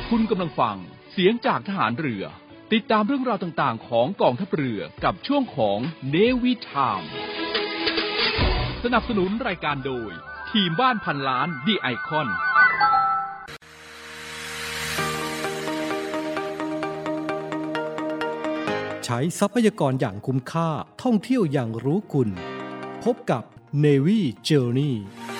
คุณกำลังฟังเสียงจากทหารเรือติดตามเรื่องราวต่างๆของกองทัพเรือกับช่วงของ Navy Time สนับสนุนรายการโดยทีมบ้านพันล้านดีไอคอนใช้ทรัพยากรอย่างคุ้มค่าท่องเที่ยวอย่างรู้คุณพบกับ Navy Journey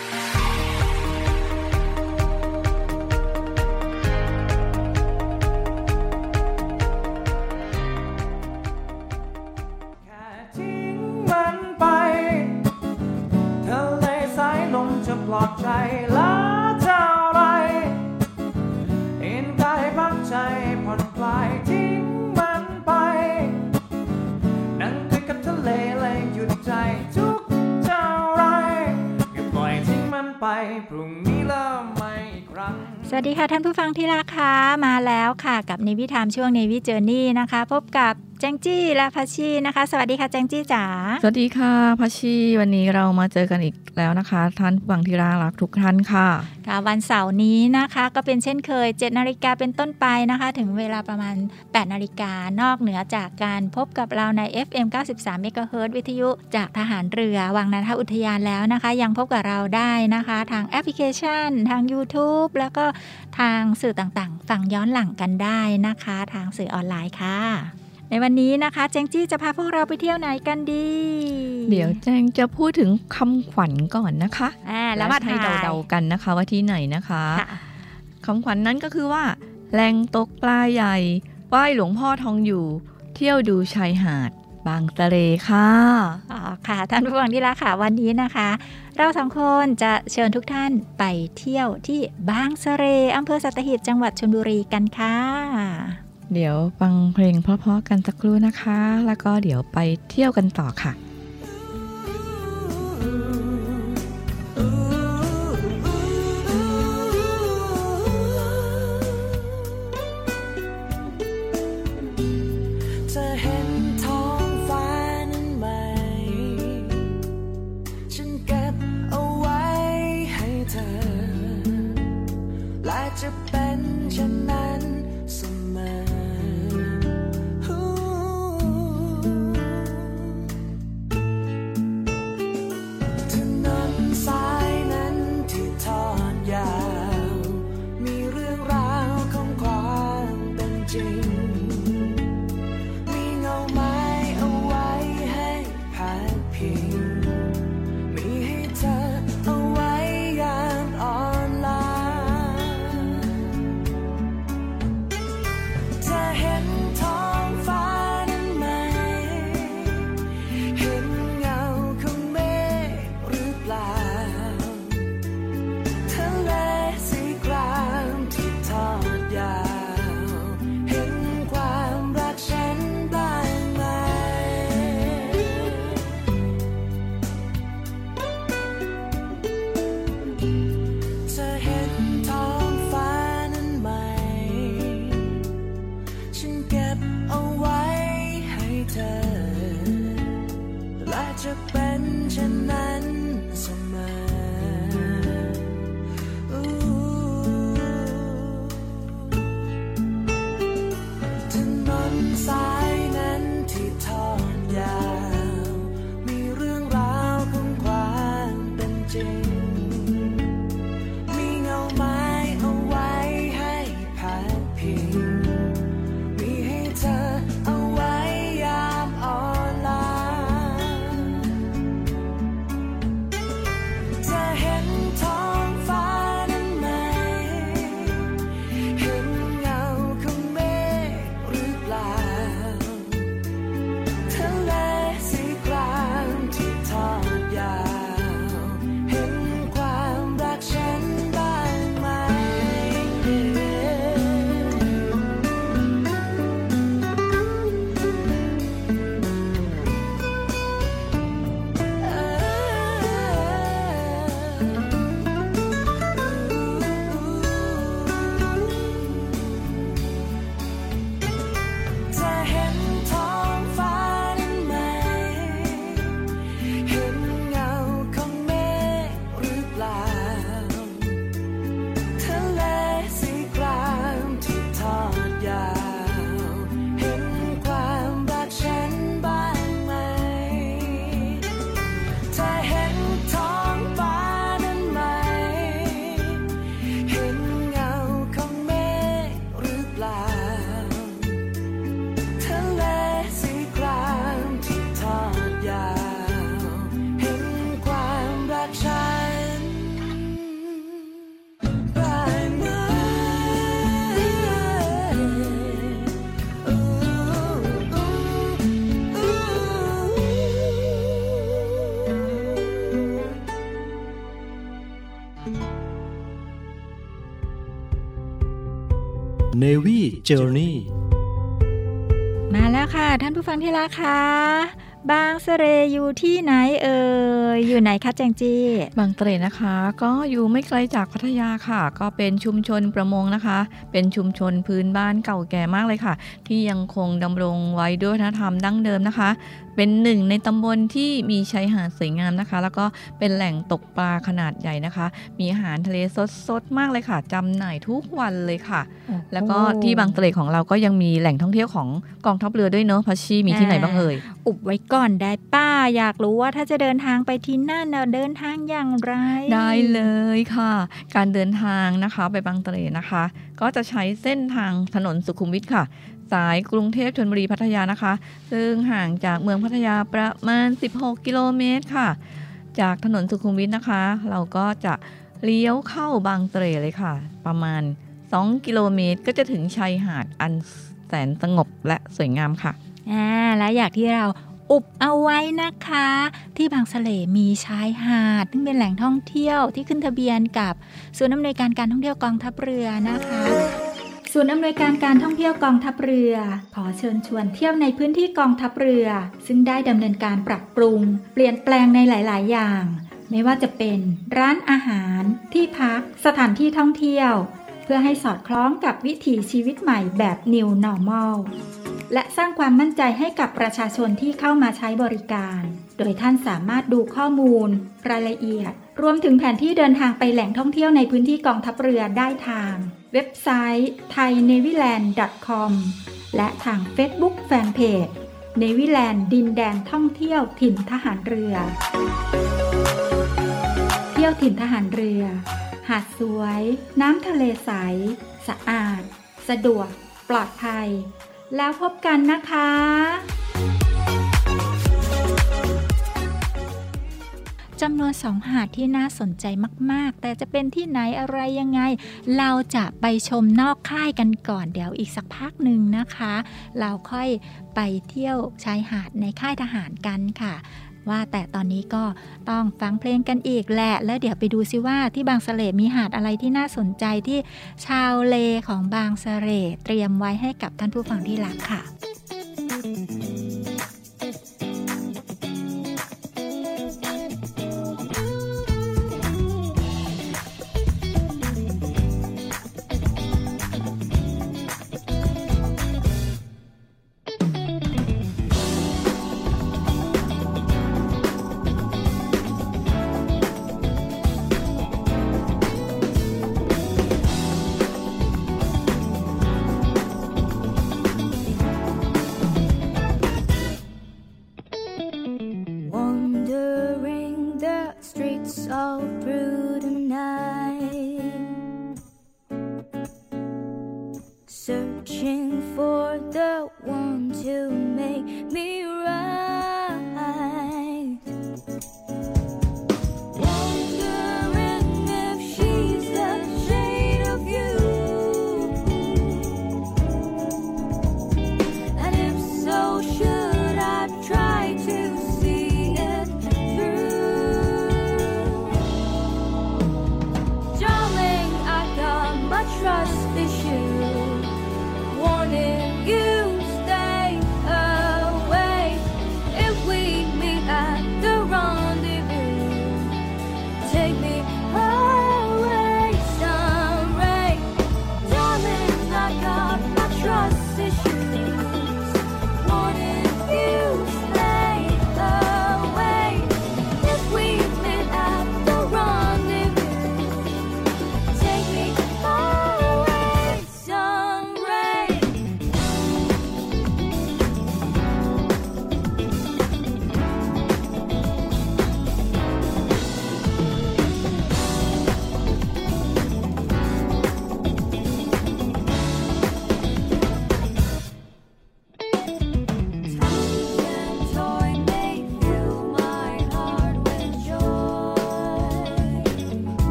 ปลอบใจแล้วเท่าไรเอ็นกายพักใจผ่อนคลายทิ้งมันไปนั่งคุยกับทะเลเลยหยุดใจทุกเท่าไรก็ปล่อยทิ้งมันไปพรุ่งนี้เริ่มใหม่อีกครั้งสวัสดีค่ะท่านผู้ฟังที่รักค่ะมาแล้วค่ะกับ Navy Time ช่วง Navy Journey นะคะพบกับแจงจี้และพัชชีนะคะสวัสดีค่ะแจงจี้จ๋าสวัสดีค่ะพัชชีวันนี้เรามาเจอกันอีกแล้วนะคะท่านผู้ฟังที่รักทุกท่านค่ะค่ะวันเสาร์นี้นะคะก็เป็นเช่นเคย 7:00 นเป็นต้นไปนะคะถึงเวลาประมาณ 8:00 นนอกเหนือจากการพบกับเราใน FM 93 MHz วิทยุจากทหารเรือวังนันทอุทยานแล้วนะคะยังพบกับเราได้นะคะทางแอปพลิเคชันทาง YouTube แล้วก็ทางสื่อต่างๆฟังย้อนหลังกันได้นะคะทางสื่อออนไลน์ค่ะในวันนี้นะคะแจงจี้จะพาพวกเราไปเที่ยวไหนกันดีเดี๋ยวแจงจะพูดถึงคำขวัญก่อนนะคะแล้วมาให้เดาๆกันนะคะว่าที่ไหนนะคะคำขวัญนั้นก็คือว่าแหล่งตกปลาใหญ่ไหว้หลวงพ่อทองอยู่เที่ยวดูชายหาดบางสะเลค่ะค่ะท่านผู้ฟังที่รักค่ะวันนี้นะคะเราสองคนจะเชิญทุกท่านไปเที่ยวที่บางสะเลอำเภอสัตหีบจังหวัดชลบุรีกันค่ะเดี๋ยวฟังเพลงเพราะๆกันสักครู่นะคะแล้วก็เดี๋ยวไปเที่ยวกันต่อค่ะจะเห็นท้องฟ้านั้นไหมฉันเก็บเอาไว้ให้เธอและจะเป็นเช่นนั้นเสมอสายนั้นที่ทอดยาวมีเรื่องราวของความเป็นจริงมีเงาไม้เอาไว้ให้พักพิงมีให้เธอเอาไว้ยามอ่อนล้าจะเห็นท้องฟ้านั้นไหมเห็นเงาของเมฆหรือเปล่าจะเป็นเช่นนั้นเสมอถนนสายนั้นที่ทอดยาวมีเรื่องราวของความเป็นจริงมีเงาไม้เอาไว้ให้พักพิงมีให้เธอเอาไว้ยามอ่อนล้า Navy Journey มาแล้วค่ะท่านผู้ฟังที่รักค่ะบางเสร่อยู่ที่ไหนอยู่ไหนคะแจงจี้บางเสร่นะคะก็อยู่ไม่ไกลจากพัทยาค่ะก็เป็นชุมชนประมงนะคะเป็นชุมชนพื้นบ้านเก่าแก่มากเลยค่ะที่ยังคงดำรงไว้ด้วยวัฒนธรรมดั้งเดิมนะคะเป็นหนึ่งในตำบลที่มีชายหาดสวยงามนะคะแล้วก็เป็นแหล่งตกปลาขนาดใหญ่นะคะมีอาหารทะเลสดๆมากเลยค่ะจำหน่ายทุกวันเลยค่ะแล้วก็ที่บางเสร่ของเราก็ยังมีแหล่งท่องเที่ยวของกองทัพเรือด้วยเนาะพัชชีมีที่ไหนบ้างเอ่ยอุบไว้ก่อนได้ป้าอยากรู้ว่าถ้าจะเดินทางไปที่นั่นเดินทางอย่างไรได้เลยค่ะการเดินทางนะคะไปบางเสร่นะคะก็จะใช้เส้นทางถนนสุขุมวิทค่ะสายกรุงเทพชลบุรีพัทยานะคะซึ่งห่างจากเมืองพัทยาประมาณ16กิโลเมตรค่ะจากถนนสุขุมวิทนะคะเราก็จะเลี้ยวเข้าบางเสร่เลยค่ะประมาณ2กิโลเมตรก็จะถึงชายหาดอันแสนสงบและสวยงามค่ะและอย่างที่เราอุบเอาไว้นะคะที่บางเสร่มีชายหาดซึ่งเป็นแหล่งท่องเที่ยวที่ขึ้นทะเบียนกับศูนย์อำนวยการการท่องเที่ยวกองทัพเรือนะคะศูนย์อำนวยการการท่องเที่ยวกองทัพเรือขอเชิญชวนเที่ยวในพื้นที่กองทัพเรือซึ่งได้ดำเนินการปรับปรุงเปลี่ยนแปลงในหลายๆอย่างไม่ว่าจะเป็นร้านอาหารที่พักสถานที่ท่องเที่ยวเพื่อให้สอดคล้องกับวิถีชีวิตใหม่แบบ New Normal และสร้างความมั่นใจให้กับประชาชนที่เข้ามาใช้บริการโดยท่านสามารถดูข้อมูลรายละเอียดรวมถึงแผนที่เดินทางไปแหล่งท่องเที่ยวในพื้นที่กองทัพเรือได้ทางเว็บไซต์ thainewiland.com และทาง Facebook Fanpage Navyland ดินแดนท่องเที่ยวถิ่นทหารเรือเที่ยวถิ่นทหารเรือหาดสวยน้ำทะเลใสสะอาดสะดวกปลอดภัยแล้วพบกันนะคะจำนวน2หาดที่น่าสนใจมากๆแต่จะเป็นที่ไหนอะไรยังไงเราจะไปชมนอกค่ายกันก่อนเดี๋ยวอีกสักพักหนึ่งนะคะเราค่อยไปเที่ยวชายหาดในค่ายทหารกันค่ะว่าแต่ตอนนี้ก็ต้องฟังเพลงกันอีกแหละแล้วเดี๋ยวไปดูซิว่าที่บางเสร่มีหาดอะไรที่น่าสนใจที่ชาวเลของบางเสร่เตรียมไว้ให้กับท่านผู้ฟังที่รักค่ะ all through the night, searching for the one to make me right, wondering if she's the shade of you, and if so, should I try to see it through? Darling, I got my trust issue, warning you stay away.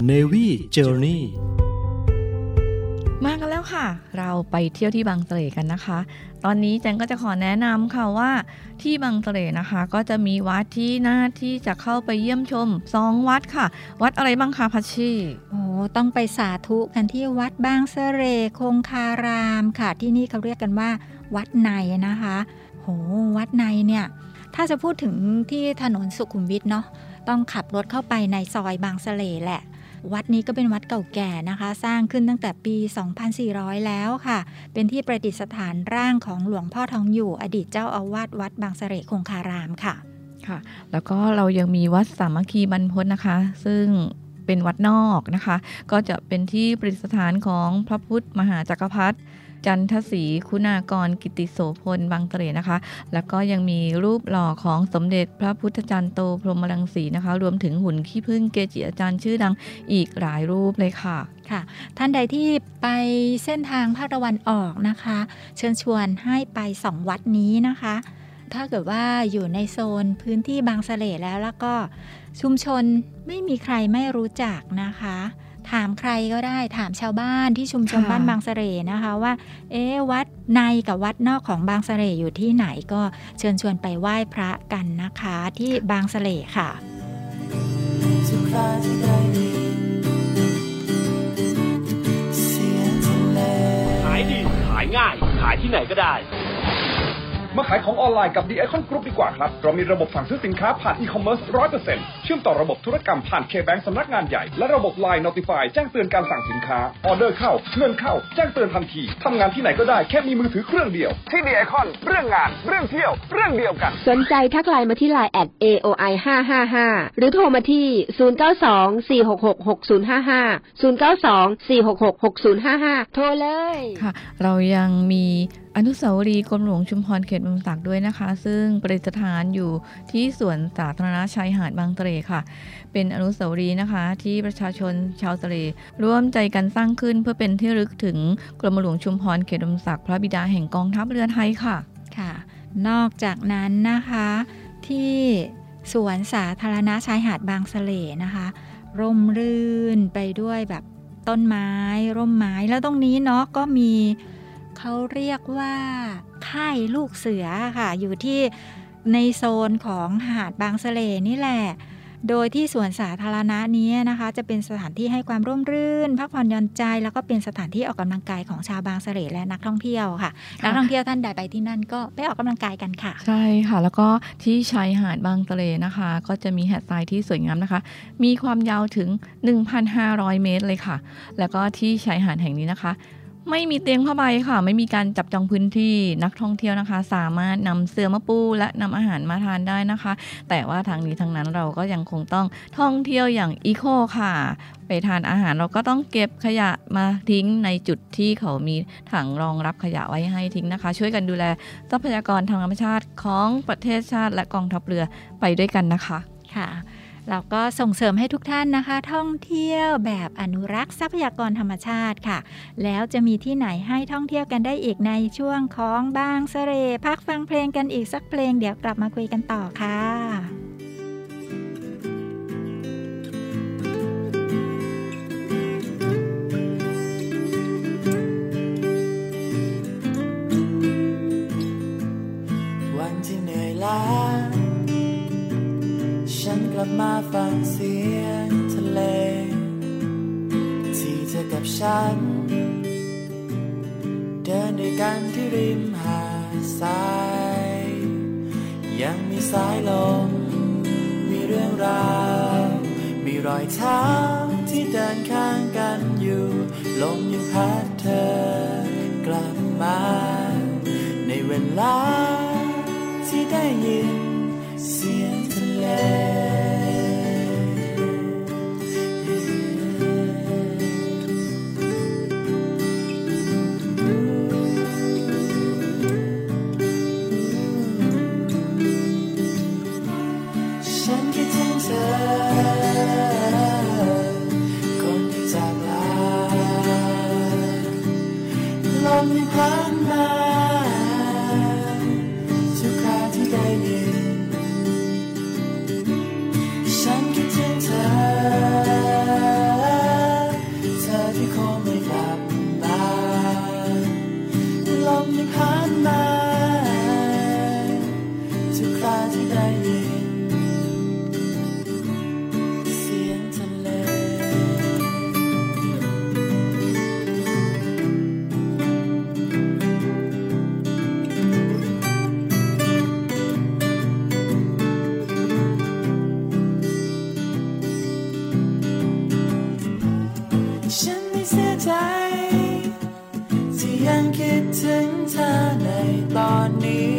Navy Journey มากันแล้วค่ะ เราไปเที่ยวที่บางเสร่กันนะคะ ตอนนี้แจงก็จะขอแนะนำค่ะว่าที่บางเสร่นะคะก็จะมีวัดที่น่าที่จะเข้าไปเยี่ยมชม2วัดค่ะวัดอะไรบ้างคะพัชชีโอ้ต้องไปสาธุกันที่วัดบางเสร่คงคารามค่ะที่นี่เขาเรียกกันว่าวัดในนะคะโหวัดในเนี่ยถ้าจะพูดถึงที่ถนนสุขุมวิทเนาะต้องขับรถเข้าไปในซอยบางเสร่แหละวัดนี้ก็เป็นวัดเก่าแก่นะคะสร้างขึ้นตั้งแต่ปี 2400 แล้วค่ะเป็นที่ประดิษฐานร่างของหลวงพ่อทองอยู่อดีตเจ้าอาวาสวัดบางเสร่คงคารามค่ะค่ะแล้วก็เรายังมีวัดสามัคคีบรรพตนะคะซึ่งเป็นวัดนอกนะคะก็จะเป็นที่ประดิษฐานของพระพุทธมหาจักรพรรดิจันทศรีคุณากรกิติโสพลบางเสร่นะคะแล้วก็ยังมีรูปหล่อของสมเด็จพระพุทธจารย์โตพรหมรังสีนะคะรวมถึงหุ่นขี้ผึ้งเกจิอาจารย์ชื่อดังอีกหลายรูปเลยค่ะค่ะท่านใดที่ไปเส้นทางภาคตะวันออกนะคะเชิญชวนให้ไป2วัดนี้นะคะถ้าเกิดว่าอยู่ในโซนพื้นที่บางเสร่แล้วก็ชุมชนไม่มีใครไม่รู้จักนะคะถามใครก็ได้ถามชาวบ้านที่ชุมชนบ้านบางเสร่นะคะว่าวัดในกับวัดนอกของบางเสร่อยู่ที่ไหนก็เชิญชวนไปไหว้พระกันนะคะที่บางเสร่ค่ะขายดีขายง่ายขายที่ไหนก็ได้มาขายของออนไลน์กับ The Icon Group ดีกว่าครับเรามีระบบสั่งซื้อสินค้าผ่านอีคอมเมิร์ซ 100% เชื่อมต่อระบบธุรกรรมผ่าน K-Bank สำนักงานใหญ่และระบบ LINE Notify แจ้งเตือนการสั่งสินค้าออเดอร์เข้าเงินเข้าแจ้งเตือนทันทีทำงานที่ไหนก็ได้แค่มีมือถือเครื่องเดียวที่ The Icon เรื่องงานเรื่องเที่ยวเรื่องเดียวกันสนใจทักไลน์มาที่ LINE @AOI555 หรือโทรมาที่0924666055 โทรเลยค่ะเรายังมีอนุสาวรีย์กรมหลวงชุมพรเขตบางศักด้วยนะคะซึ่งประดิษฐานอยู่ที่สวนสาธารณะชายหาดบางเสร่ค่ะเป็นอนุสาวรีย์นะคะที่ประชาชนชาวเสร่ร่วมใจกันสร้างขึ้นเพื่อเป็นที่ระลึกถึงกรมหลวงชุมพรเขตบางศักพระบิดาแห่งกองทัพเรือไทยค่ะค่ะนอกจากนั้นนะคะที่สวนสาธารณะชายหาดบางเสร่นะคะร่มรื่นไปด้วยแบบต้นไม้ร่มไม้แล้วตรงนี้เนาะก็มีเขาเรียกว่าค่ายลูกเสือค่ะอยู่ที่ในโซนของหาดบางเสร่นี่แหละโดยที่สวนสาธารณะนี้นะคะจะเป็นสถานที่ให้ความร่มรื่นพักผ่อนหย่อนใจแล้วก็เป็นสถานที่ออกกำลังกายของชาวบางเสร่และนักท่องเที่ยวค่ะนักท่องเที่ยวท่านใดไปที่นั่นก็ไปออกกำลังกายกันค่ะใช่ค่ะแล้วก็ที่ชายหาดบางเสร่นะคะก็จะมีหาดทรายที่สวยงามนะคะมีความยาวถึง 1,500 เมตรเลยค่ะแล้วก็ที่ชายหาดแห่งนี้นะคะไม่มีเตียงผ้าใบค่ะไม่มีการจับจองพื้นที่นักท่องเที่ยวนะคะสามารถนำเสื่อมาปูและนำอาหารมาทานได้นะคะแต่ว่าทางนี้ทางนั้นเราก็ยังคงต้องท่องเที่ยวอย่างอีโคค่ะไปทานอาหารเราก็ต้องเก็บขยะมาทิ้งในจุดที่เขามีถังรองรับขยะไว้ให้ทิ้งนะคะช่วยกันดูแลทรัพยากรทางธรรมชาติของประเทศชาติและกองทัพเรือไปด้วยกันนะคะค่ะเราก็ส่งเสริมให้ทุกท่านนะคะท่องเที่ยวแบบอนุรักษ์ทรัพยากรธรรมชาติค่ะแล้วจะมีที่ไหนให้ท่องเที่ยวกันได้อีกในช่วงของบางเสร่พักฟังเพลงกันอีกสักเพลงเดี๋ยวกลับมาคุยกันต่อค่ะวันที่เหนื่อยล้าฉันกลับมาฟังเสียงทะเลที่เธอกับฉันเดินด้วยกันที่ริมหาดทรายยังมีสายลมมีเรื่องราวมีรอยเท้าที่เดินข้างกันอยู่ลมยังพัดเธอกลับมาในเวลาที่ได้ยินเสียงทะเลฉันคิดถึงเธอคนที่จากลาลมยังพัดมาทุกคราที่ได้ยินฉันคิดถึงเธอมยังผ่านมาทุกคราที่ได้ยินเสียงทะเลฉันไม่เสียใจที่ยังคิดถึงเธอในตอนนี้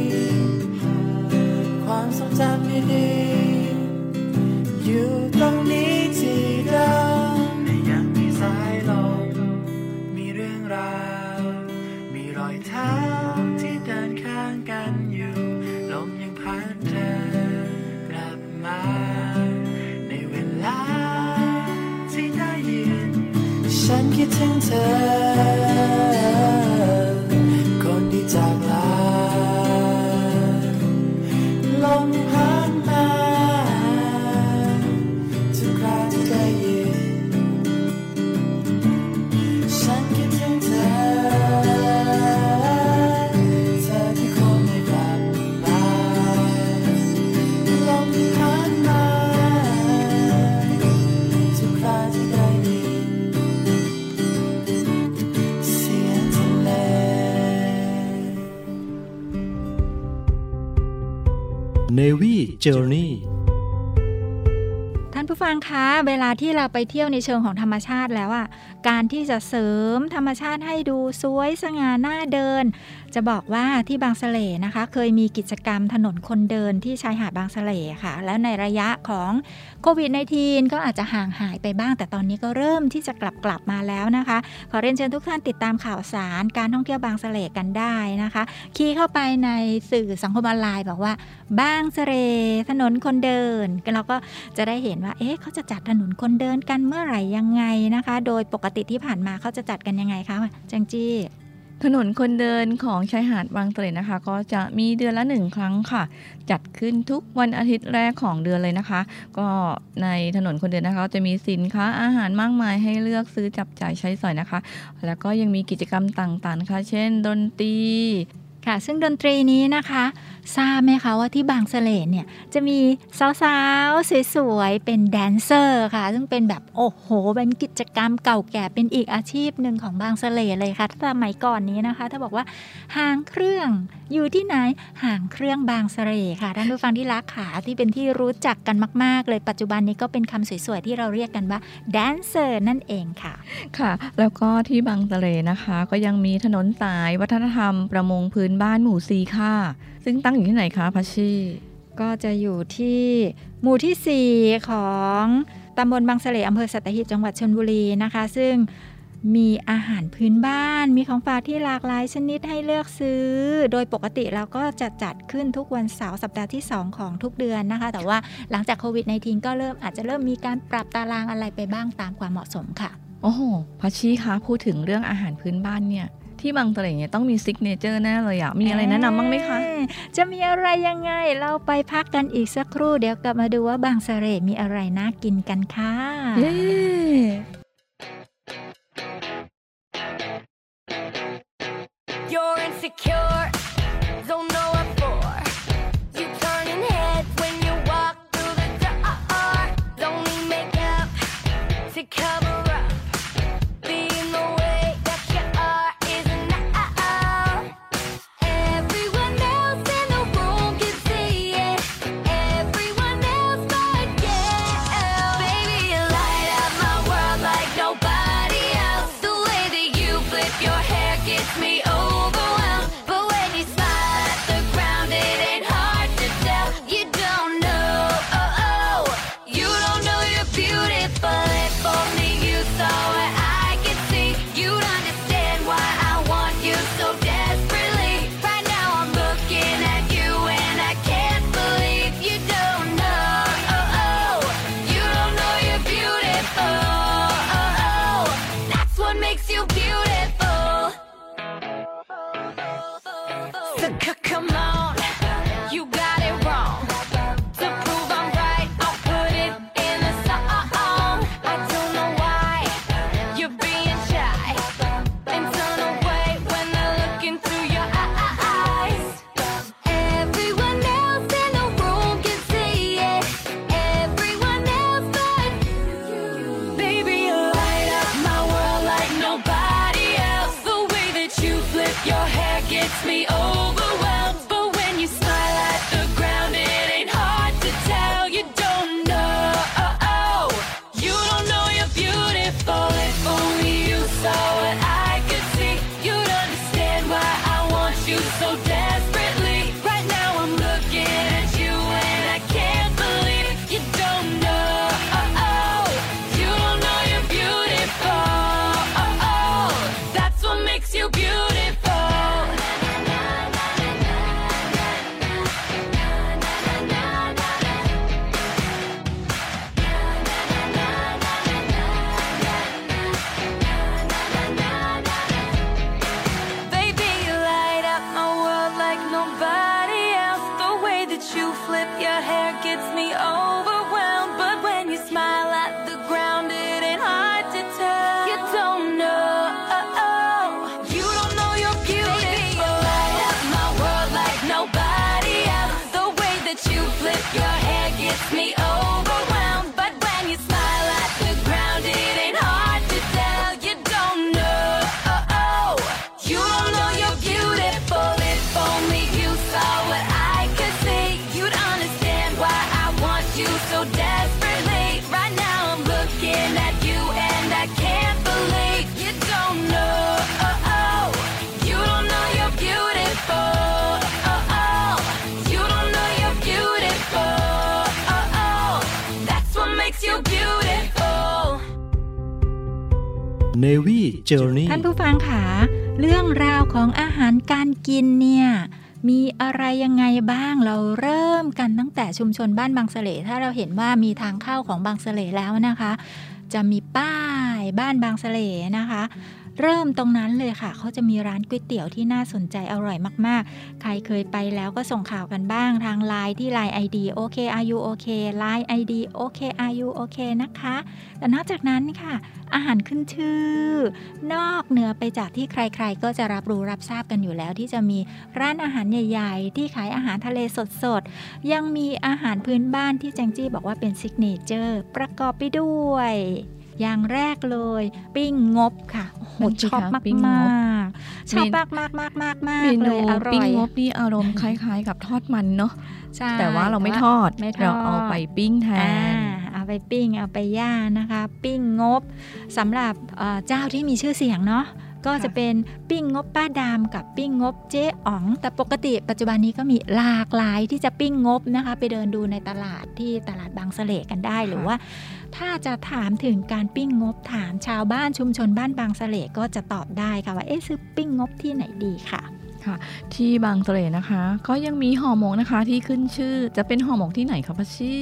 ความทรงจำดีๆอยู่ตรงนี้ที่เดิมและยังมีสายลมมีเรื่องราวมีรอยเท้าที่เดินข้างกันอยู่ลมยังพัดเธอกลับมาในเวลาที่ได้ยินฉันคิดถึงเธอคนที่จากลาลมพัดมาทุกคราที่ได้ยินฉันคิดถึงเธอที่คงไม่กลับมาลมพัดมาทุกคราที่ได้ยินเสียงทะเล Navy Journey ท่านผู้ฟังคะเวลาที่เราไปเที่ยวในเชิงของธรรมชาติแล้วอ่ะการที่จะเสริมธรรมชาติให้ดูสวยสง่าน่าเดินจะบอกว่าที่บางสะเลนะคะเคยมีกิจกรรมถนนคนเดินที่ชายหาดบางสะเลค่ะแล้วในระยะของโควิด-19 ก็อาจจะห่างหายไปบ้างแต่ตอนนี้ก็เริ่มที่จะกลับมาแล้วนะคะขอเรียนเชิญทุกท่านติดตามข่าวสารการท่องเที่ยวบางสะเลกันได้นะคะคีย์เข้าไปในสื่อสังคมออนไลน์บอกว่าบางสะเลถนนคนเดินเราก็จะได้เห็นว่าเขาจะจัดถนนคนเดินกันเมื่อไหร่ยังไงนะคะโดยปกติที่ผ่านมาเขาจะจัดกันยังไงคะจังจี้ถนนคนเดินของชายหาดบางสะเลนะคะก็จะมีเดือนละ1ครั้งค่ะจัดขึ้นทุกวันอาทิตย์แรกของเดือนเลยนะคะก็ในถนนคนเดินนะคะจะมีสินค้าอาหารมากมายให้เลือกซื้อจับจ่ายใช้สอยนะคะแล้วก็ยังมีกิจกรรมต่างๆนะคะเช่นดนตรีค่ะซึ่งดนตรีนี้นะคะทราบไหมคะว่าที่บางสะเลเนี่ยจะมีสาวๆสวยๆเป็นแดนเซอร์ค่ะซึ่งเป็นแบบโอ้โหเป็นกิจกรรมเก่าแก่เป็นอีกอาชีพหนึ่งของบางสะเลเลยค่ะสมัยก่อนนี้นะคะถ้าบอกว่าหางเครื่องอยู่ที่ไหนหางเครื่องบางสะเลค่ะท่านผู้ฟังที่รักขาที่เป็นที่รู้จักกันมากๆเลยปัจจุบันนี้ก็เป็นคำสวยๆที่เราเรียกกันว่าแดนเซอร์นั่นเองค่ะค่ะแล้วก็ที่บางสะเลนะคะก็ยังมีถนนสายวัฒนธรรมประมงพื้นบ้านหมู่ซีค่ะซึ่งตั้งอยู่ที่ไหนคะพัชชีก็จะอยู่ที่หมู่ที่4ของตำบลบางสะเลอำเภอสัตหีบจังหวัดชลบุรีนะคะซึ่งมีอาหารพื้นบ้านมีของฝากที่หลากหลายชนิดให้เลือกซื้อโดยปกติเราก็จะจัดขึ้นทุกวันเสาร์สัปดาห์ที่2ของทุกเดือนนะคะแต่ว่าหลังจากโควิด-19 ก็อาจจะเริ่มมีการปรับตารางอะไรไปบ้างตามความเหมาะสมค่ะโอ้โหพัชชีคะพูดถึงเรื่องอาหารพื้นบ้านเนี่ยที่บางสะเลเนี่ยต้องมีซิกเนเจอร์แน่เลยอ่ะมีอะไรแนะนำบ้างไหมคะจะมีอะไรยังไงเราไปพักกันอีกสักครู่เดี๋ยวกลับมาดูว่าบางสะเลมีอะไรน่ากินกันค่ะ You're insecure, don't know what for. You turning heads when you walk through the door. Don't need makeup to cover up. Being the way that you are is enough. Everyone else in the room can see it. Everyone else but you. Baby, you light up my world like nobody else. The way that you flip your hair gets me overwhelmed. But when you smile at the ground, it ain't hard to tell. You don't know, you don't know you're beautiful. If only you saw what I could see, you'd understand why I want you so desperately. Right now I'm looking at you and I can't believe you don't know, you don't know you're beautiful. That's what makes you beautiful. So come on, you got it wrong. To prove I'm right, I'll put it in a song. I don't know why you're being shy and turn away when I look into your gets me overwhelmed. But when you smile at the ground, it ain't hard to tell. You don't know, you don't know you're beautiful. If only you saw what I could see, you'd understand why I want you so desperately. Right now I'm looking at you and I can't believe you don't know, you don't know you're beautiful. That's what makes you beautiful. Baby, you light up my world like nobody else. The way that you flip your hair gets me overwhelmed. But when you smile at the ground, it ain't hard to tell. You don't know, you don't know you're beautiful. Baby, you light up my world like nobody else. The way that you flip your hair gets me overwhelmed. But when you smile at the ground, it ain't hard to tell. You don't know, you don't know you're beautiful. If only you saw what I could see, you'd understand why I want you so desperately. Right now I'm looking at you and I can't believe you don't know, you don't know you're beautiful. You don't know you're beautiful. That's what makes you beautiful. Navy Journey ท่านผู้ฟังค่ะเรื่องราวของอาหารการกินเนี่ยมีอะไรยังไงบ้างเราเริ่มกันตั้งแต่ชุมชนบ้านบางสะเลถ้าเราเห็นว่ามีทางเข้าของบางสะเลแล้วนะคะจะมีป้ายบ้านบางสะเลนะคะ เริ่มตรงนั้นเลยค่ะเขาจะมีร้านก๋วยเตี๋ยวที่น่าสนใจอร่อยมากๆใครเคยไปแล้วก็ส่งข่าวกันบ้างทางไลน์ที่ Line ID OKRU-OK Line ID OKRU-OK นะคะแต่นอกจากนั้นค่ะอาหารขึ้นชื่อนอกเหนือไปจากที่ใครๆก็จะรับรู้รับทราบกันอยู่แล้วที่จะมีร้านอาหารใหญ่ๆที่ขายอาหารทะเลสดๆยังมีอาหารพื้นบ้านที่แจงจี้บอกว่าเป็นซิกเนเจอร์ประกอบไปด้วยอย่างแรกเลยปิ้งงบค่ะโอ้โหชอบมากๆชอบมากๆเลยอร่อยปิ้งงบนี่อารมณ์คล้ายๆกับทอดมันเนาะแต่ว่าเราไม่ทอดเราเอาไปปิ้งแทนเอาไปปิ้งเอาไปย่างนะคะปิ้งงบสำหรับเจ้าที่มีชื่อเสียงเนาะก็จะเป็นปิ้งงบป้าดามกับปิ้งงบเจ๊อ๋องแต่ปกติปัจจุบันนี้ก็มีหลากหลายที่จะปิ้งงบนะคะไปเดินดูในตลาดที่ตลาดบางสะเลกันได้หรือว่าถ้าจะถามถึงการปิ้งงบถามชาวบ้านชุมชนบ้านบางสะเลก็จะตอบได้ค่ะว่าซื้อปิ้งงบที่ไหนดีค่ะที่บางสะเลนะคะก็ยังมีห่อหมกนะคะที่ขึ้นชื่อจะเป็นห่อหมกที่ไหนคะพัชชี่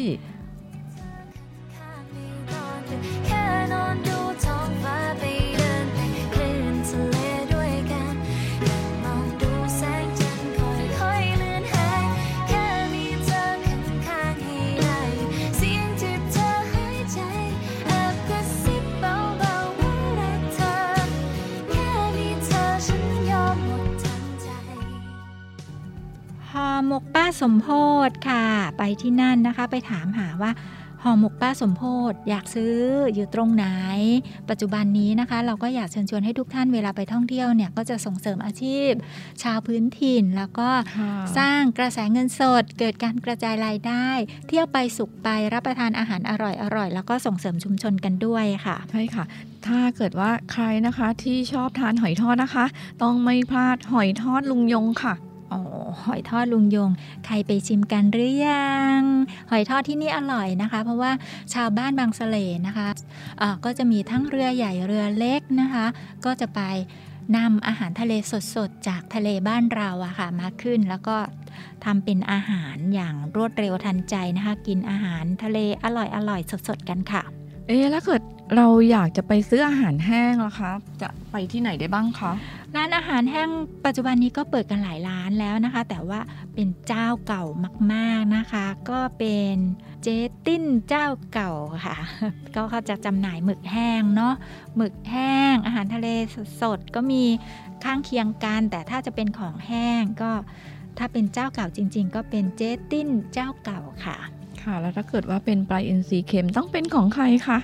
ห่อหมกป้าสมโพธิ์ค่ะไปที่นั่นนะคะไปถามหาว่าห่อหมกป้าสมโพธิ์อยากซื้ออยู่ตรงไหนปัจจุบันนี้นะคะเราก็อยากเชิญชวนให้ทุกท่านเวลาไปท่องเที่ยวเนี่ยก็จะส่งเสริมอาชีพชาวพื้นถิ่นแล้วก็สร้างกระแสเงินสดเกิดการกระจายรายได้เที่ยวไปสุขไปรับประทานอาหารอร่อยแล้วก็ส่งเสริมชุมชนกันด้วยค่ะใช่ค่ะถ้าเกิดว่าใครนะคะที่ชอบทานหอยทอดนะคะต้องไม่พลาดหอยทอดลุงยงค่ะหอยทอดลุงยงใครไปชิมกันหรือยังหอยทอดที่นี่อร่อยนะคะเพราะว่าชาวบ้านบางสะเลนะคะก็จะมีทั้งเรือใหญ่เรือเล็กนะคะก็จะไปนำอาหารทะเลสดๆจากทะเลบ้านเราอะค่ะมาขึ้นแล้วก็ทำเป็นอาหารอย่างรวดเร็วทันใจนะคะกินอาหารทะเลอร่อยสดๆกันค่ะแล้วเกิดเราอยากจะไปซื้ออาหารแห้งล่ะคะจะไปที่ไหนได้บ้างคะร้านอาหารแห้งปัจจุบันนี้ก็เปิดกันหลายร้านแล้วนะคะแต่ว่าเป็นเจ้าเก่ามากๆนะคะก็เป็นเจ๊ติ้นเจ้าเก่าค่ะก็เขาจะจำหน่ายหมึกแห้งเนาะหมึกแห้งอาหารทะเลสดๆก็มีข้างเคียงกันแต่ถ้าจะเป็นของแห้งก็ถ้าเป็นเจ้าเก่าจริงๆก็เป็นเจ๊ติ้นเจ้าเก่าค่ะแล้วถ้าเกิดว่าเป็นปลาอินทรีเค็มต้องเป็นของใครคะป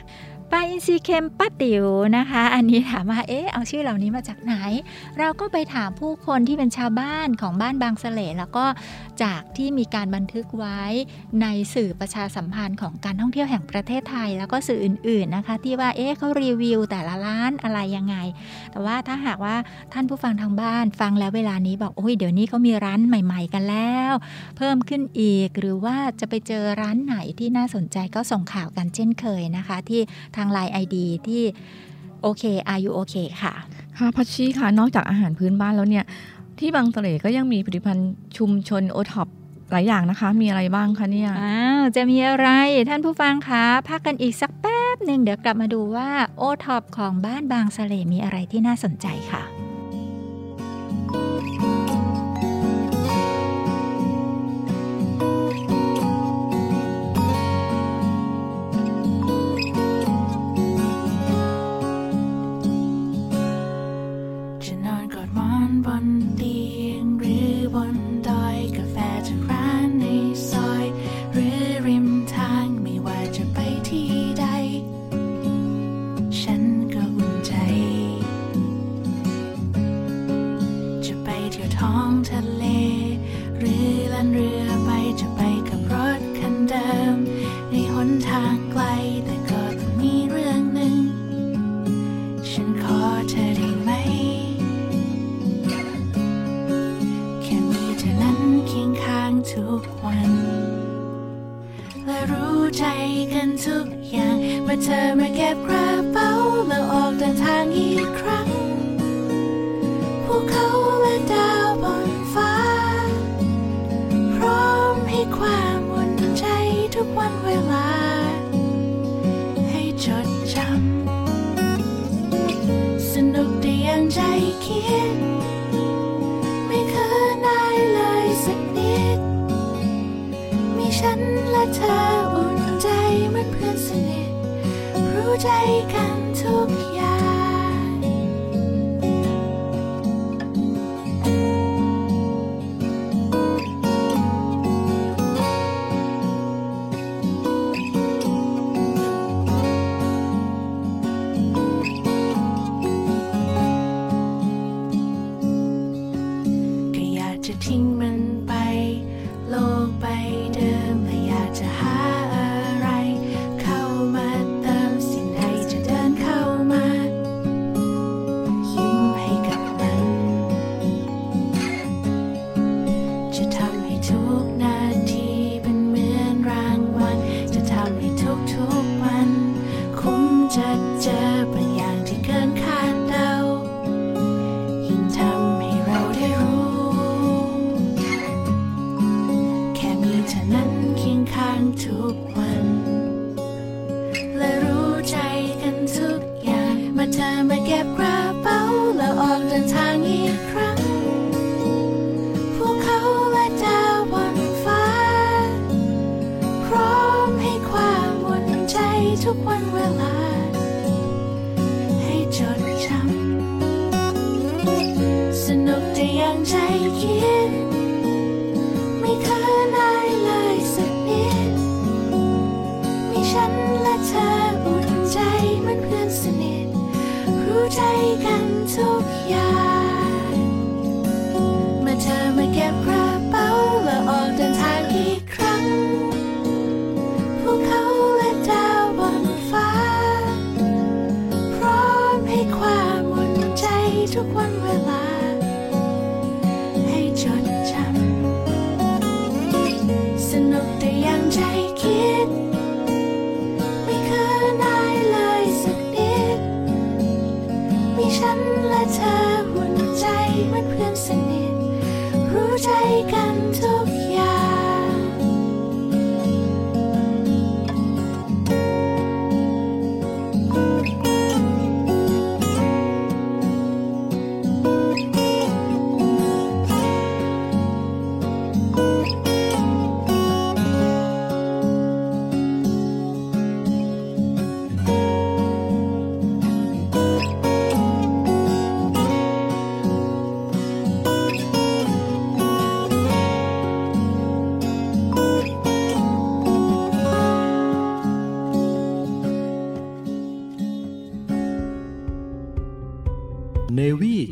ปลาอินทรีเค็มป้าติ๋วนะคะอันนี้ถามว่าเอาชื่อเหล่านี้มาจากไหนเราก็ไปถามผู้คนที่เป็นชาวบ้านของบ้านบางสะเลแล้วก็จากที่มีการบันทึกไว้ในสื่อประชาสัมพันธ์ของการท่องเที่ยวแห่งประเทศไทยแล้วก็สื่ออื่นๆนะคะที่ว่าเขารีวิวแต่ละร้านอะไรยังไงแต่ว่าถ้าหากว่าท่านผู้ฟังทางบ้านฟังแล้วเวลานี้บอกเดี๋ยวนี้เขามีร้านใหม่ๆกันแล้วเพิ่มขึ้นอีกหรือว่าจะไปเจอร้านไหนที่น่าสนใจก็ส่งข่าวกันเช่นเคยนะคะที่ทาง LINE ID ที่โอเค Are You OK ค่ะค่ะพัชชีค่ะนอกจากอาหารพื้นบ้านแล้วเนี่ยที่บางสะเลก็ยังมีผลิตภัณฑ์ชุมชนโอท็อปหลายอย่างนะคะมีอะไรบ้างคะเนี่ยจะมีอะไรท่านผู้ฟังคะพักกันอีกสักแป๊บนึงเดี๋ยวกลับมาดูว่าโอท็อปของบ้านบางสะเลมีอะไรที่น่าสนใจค่ะ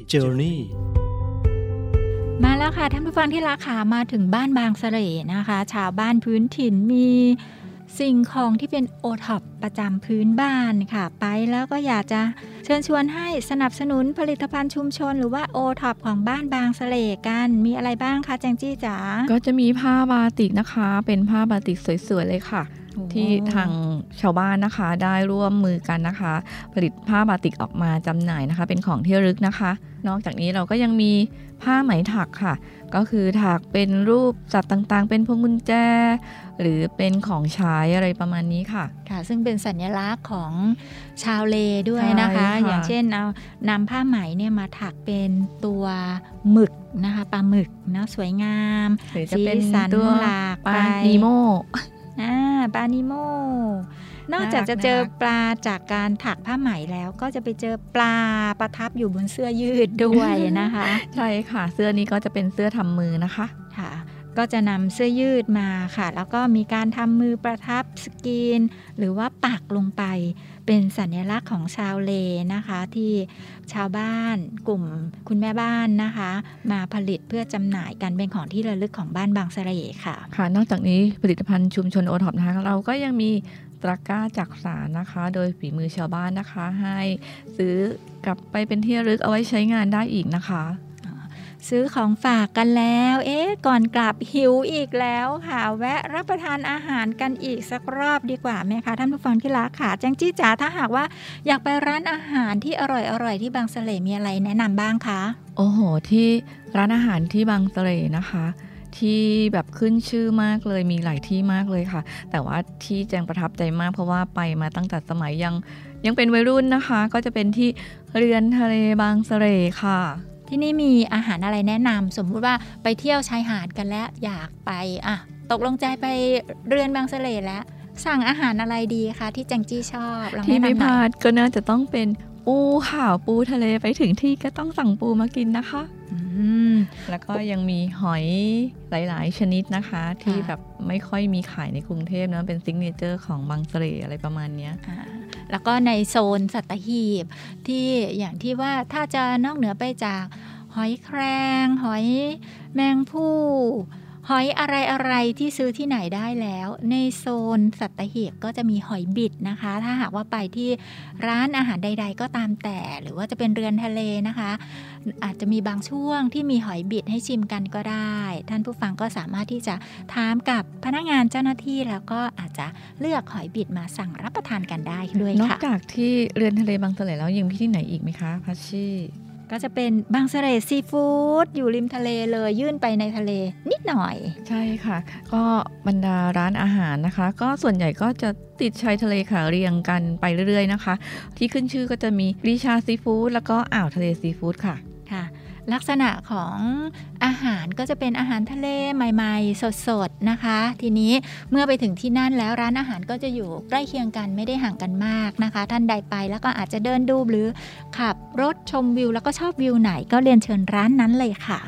Journey มาแล้วค่ะท่านผู้ฟังที่รักค่ะมาถึงบ้านบางเสร่นะคะชาวบ้านพื้นถิ่นมีสิ่งของที่เป็นโอท็อปประจำพื้นบ้านค่ะไปแล้วก็อยากจะเชิญชวนให้สนับสนุนผลิตภัณฑ์ชุมชนหรือว่าโอท็อปของบ้านบางเสร่กันมีอะไรบ้างคะแจงจี้จ๋าก็จะมีผ้าบาติกนะคะเป็นผ้าบาติกสวยๆเลยค่ะที่ทางชาวบ้านนะคะได้ร่วมมือกันนะคะผลิตผ้าบาติกออกมาจำหน่ายนะคะเป็นของที่ระลึกนะคะนอกจากนี้เราก็ยังมีผ้าไหมถักค่ะก็คือถักเป็นรูปสัตว์ต่างๆเป็นพวงกุญแจหรือเป็นของใช้อะไรประมาณนี้ค่ะค่ะซึ่งเป็นสัญลักษณ์ของชาวเลด้วยนะคะอย่างเช่นเอานำผ้าไหมเนี่ยมาถักเป็นตัวหมึกนะคะปลาหมึกนะสวยงามสีสันหลากไปปลานีโมปลานิโมนอกจากจะเจอปลาจากการถักผ้าไหมแล้วก็จะไปเจอปลาประทับอยู่บนเสื้อยืดด้วยนะคะใช่ค่ะเสื้อนี้ก็จะเป็นเสื้อทำมือนะคะค่ะก็จะนำเสื้อยืดมาค่ะแล้วก็มีการทำมือประทับสกรีนหรือว่าปักลงไปเป็นสัญลักษณ์ของชาวเลนะคะที่ชาวบ้านกลุ่มคุณแม่บ้านนะคะมาผลิตเพื่อจำหน่ายกันเป็นของที่ระลึกของบ้านบางเสร่ค่ะค่ะนอกจากนี้ผลิตภัณฑ์ชุมชนโอท็อปนะคะเราก็ยังมีตะกร้าจักสานนะคะโดยฝีมือชาวบ้านนะคะให้ซื้อกลับไปเป็นที่ระลึกเอาไว้ใช้งานได้อีกนะคะซื้อของฝากกันแล้วก่อนกลับหิวอีกแล้วค่ะแวะรับประทานอาหารกันอีกสักรอบดีกว่าไหมคะท่านผู้ฟังที่รักค่ะแจงจี้จ๋าถ้าหากว่าอยากไปร้านอาหารที่อร่อยๆที่บางเสร่มีอะไรแนะนำบ้างคะโอ้โหที่ร้านอาหารที่บางเสร่นะคะที่แบบขึ้นชื่อมากเลยมีหลายที่มากเลยค่ะแต่ว่าที่แจงประทับใจมากเพราะว่าไปมาตั้งแต่สมัยยังเป็นวัยรุ่นนะคะก็จะเป็นที่เรือนทะเลบางเสร่ค่ะที่นี่มีอาหารอะไรแนะนำสมมุติว่าไปเที่ยวชายหาดกันแล้วอยากไปตกลงใจไปเรือนบางเสร่แล้วสั่งอาหารอะไรดีคะที่แจงจี้ชอบที่ไม่พลาดก็น่าจะต้องเป็นปูข่าวปูทะเลไปถึงที่ก็ต้องสั่งปูมากินนะคะแล้วก็ยังมีหอยหลายๆชนิดนะคะที่แบบไม่ค่อยมีขายในกรุงเทพนะเป็นซิกเนเจอร์ของบางเสร่อะไรประมาณนี้แล้วก็ในโซนสัตหีบที่อย่างที่ว่าถ้าจะนอกเหนือไปจากหอยแครงหอยแมงผู้หอยอะไรๆที่ซื้อที่ไหนได้แล้วในโซนสัตหีบก็จะมีหอยบิดนะคะถ้าหากว่าไปที่ร้านอาหารใดๆก็ตามแต่หรือว่าจะเป็นเรือนทะเลนะคะอาจจะมีบางช่วงที่มีหอยบิดให้ชิมกันก็ได้ท่านผู้ฟังก็สามารถที่จะถามกับพนักงานเจ้าหน้าที่แล้วก็อาจจะเลือกหอยบิดมาสั่งรับประทานกันได้ด้วยค่ะนอกจากที่เรือนทะเลบางเสร่แล้วยังมีที่ไหนอีกไหมคะพัชชี่ก็จะเป็นบางเสร่ซีฟู้ดอยู่ริมทะเลเลยยื่นไปในทะเลนิดหน่อยใช่ค่ะก็บรรดาร้านอาหารนะคะก็ส่วนใหญ่ก็จะติดชายทะเลค่ะเรียงกันไปเรื่อยๆนะคะที่ขึ้นชื่อก็จะมีริชาซีฟู้ดแล้วก็อ่าวทะเลซีฟู้ดค่ะค่ะลักษณะของอาหารก็จะเป็นอาหารทะเลใหม่ๆสดๆนะคะทีนี้เมื่อไปถึงที่นั่นแล้วร้านอาหารก็จะอยู่ใกล้เคียงกันไม่ได้ห่างกันมากนะคะท่านใดไปแล้วก็อาจจะเดินดูหรือขับรถชมวิวแล้วก็ชอบวิวไหนก็เรียนเชิญร้านนั้นเลยค่ะ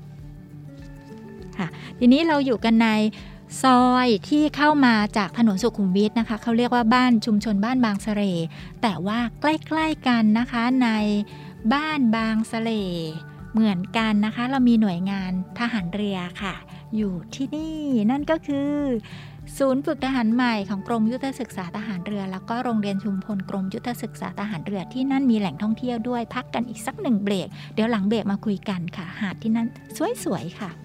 ทีนี้เราอยู่กันในซอยที่เข้ามาจากถนนสุขุมวิทนะคะเขาเรียกว่าบ้านชุมชนบ้านบางเสร่แต่ว่าใกล้ๆกันนะคะในบ้านบางเสร่เหมือนกันนะคะเรามีหน่วยงานทหารเรือค่ะอยู่ที่นี่นั่นก็คือศูนย์ฝึกทหารใหม่ของกรมยุทธศึกษาทหารเรือแล้วก็โรงเรียนชุมพลกรมยุทธศึกษาทหารเรือที่นั่นมีแหล่งท่องเที่ยวด้วยพักกันอีกสัก1เบรกเดี๋ยวหลังเบรกมาคุยกันค่ะหาดที่นั่นสวยๆค่ะ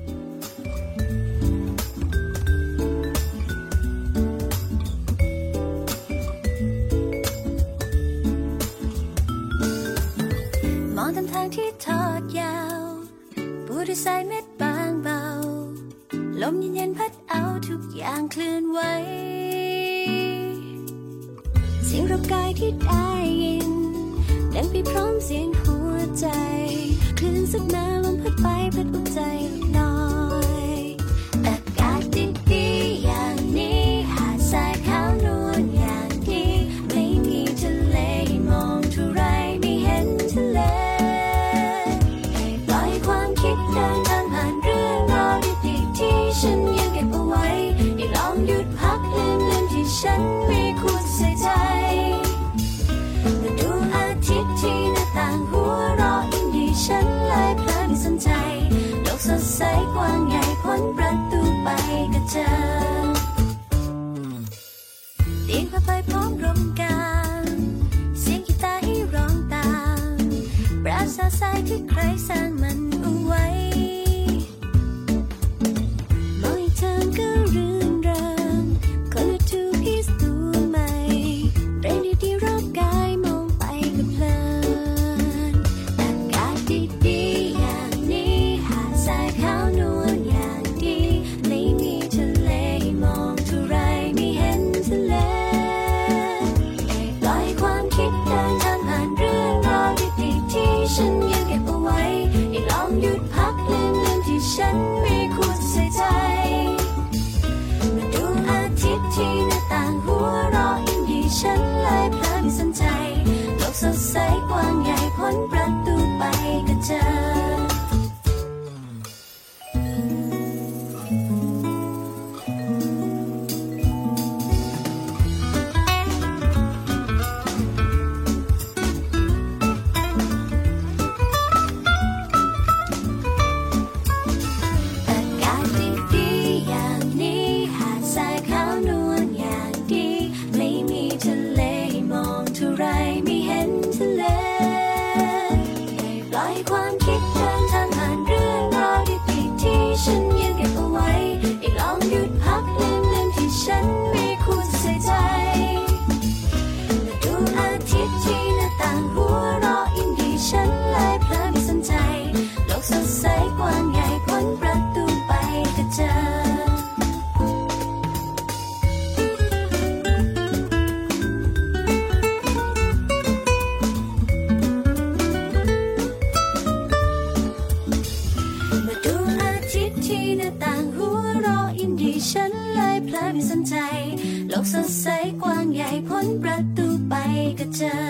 มองตามทางที่ทอดยาวปูด้วยสายเม็ดบางเบาลมเย็นๆพัดเอาทุกอย่างเคลื่อนไหวเสียงรบกายที่ได้ยินดังไปพร้อมเสียงหัวใจคลื่นซัดมาลมพัดไปพัดอุ่นใจลอยอากาศดีๆอย่างนี้หาดทรายขาวนวลอย่างนี้ไม่มีทะเลมองเท่าไรไม่เห็นทะเลปล่อยความคิดเดินทางผ่านเรื่องราวดีๆที่ฉันยังเก็บเอาไว้ให้ลองหยุดพักลืมที่ฉันไม่ควรใส่ใจดูอาทิตย์ที่หน้าต่างหัวเราะยิ่งดีสดใสกว้างใหญ่พ้นประตูไปก็เจอเตียงผ้าใบพร้อมร่มกางเสียงกีตาร์ให้ร้องตามปราสาททรายที่ใครสร้างมันเอาไว้มองอีกทางก็รื่นเริงคนละทูพีซตัวใหม่เรนดีๆรอบกายมองไปก็เพลินอากาศดีๆอย่างนี้หาดทรายขาวนวลอย่างดีไม่มีทะเลให้มองเท่าไรไม่เห็นทะเลปล่อยความคิดเดินทางผ่านเรื่องราวดีๆที่ฉันยังเก็บเอาไว้ให้ลองหยุดพักลืมที่ฉันไม่ควรใส่ใจมาดูอาทิตย์ที่หน้าต่างหัวเราะอินดีฉันเลยเพลินสนใจโลกสดใสกว้างใหญ่พ้นประตูไปก็เจอสดใสกว้างใหญ่พ้นประตูไปก็เจอ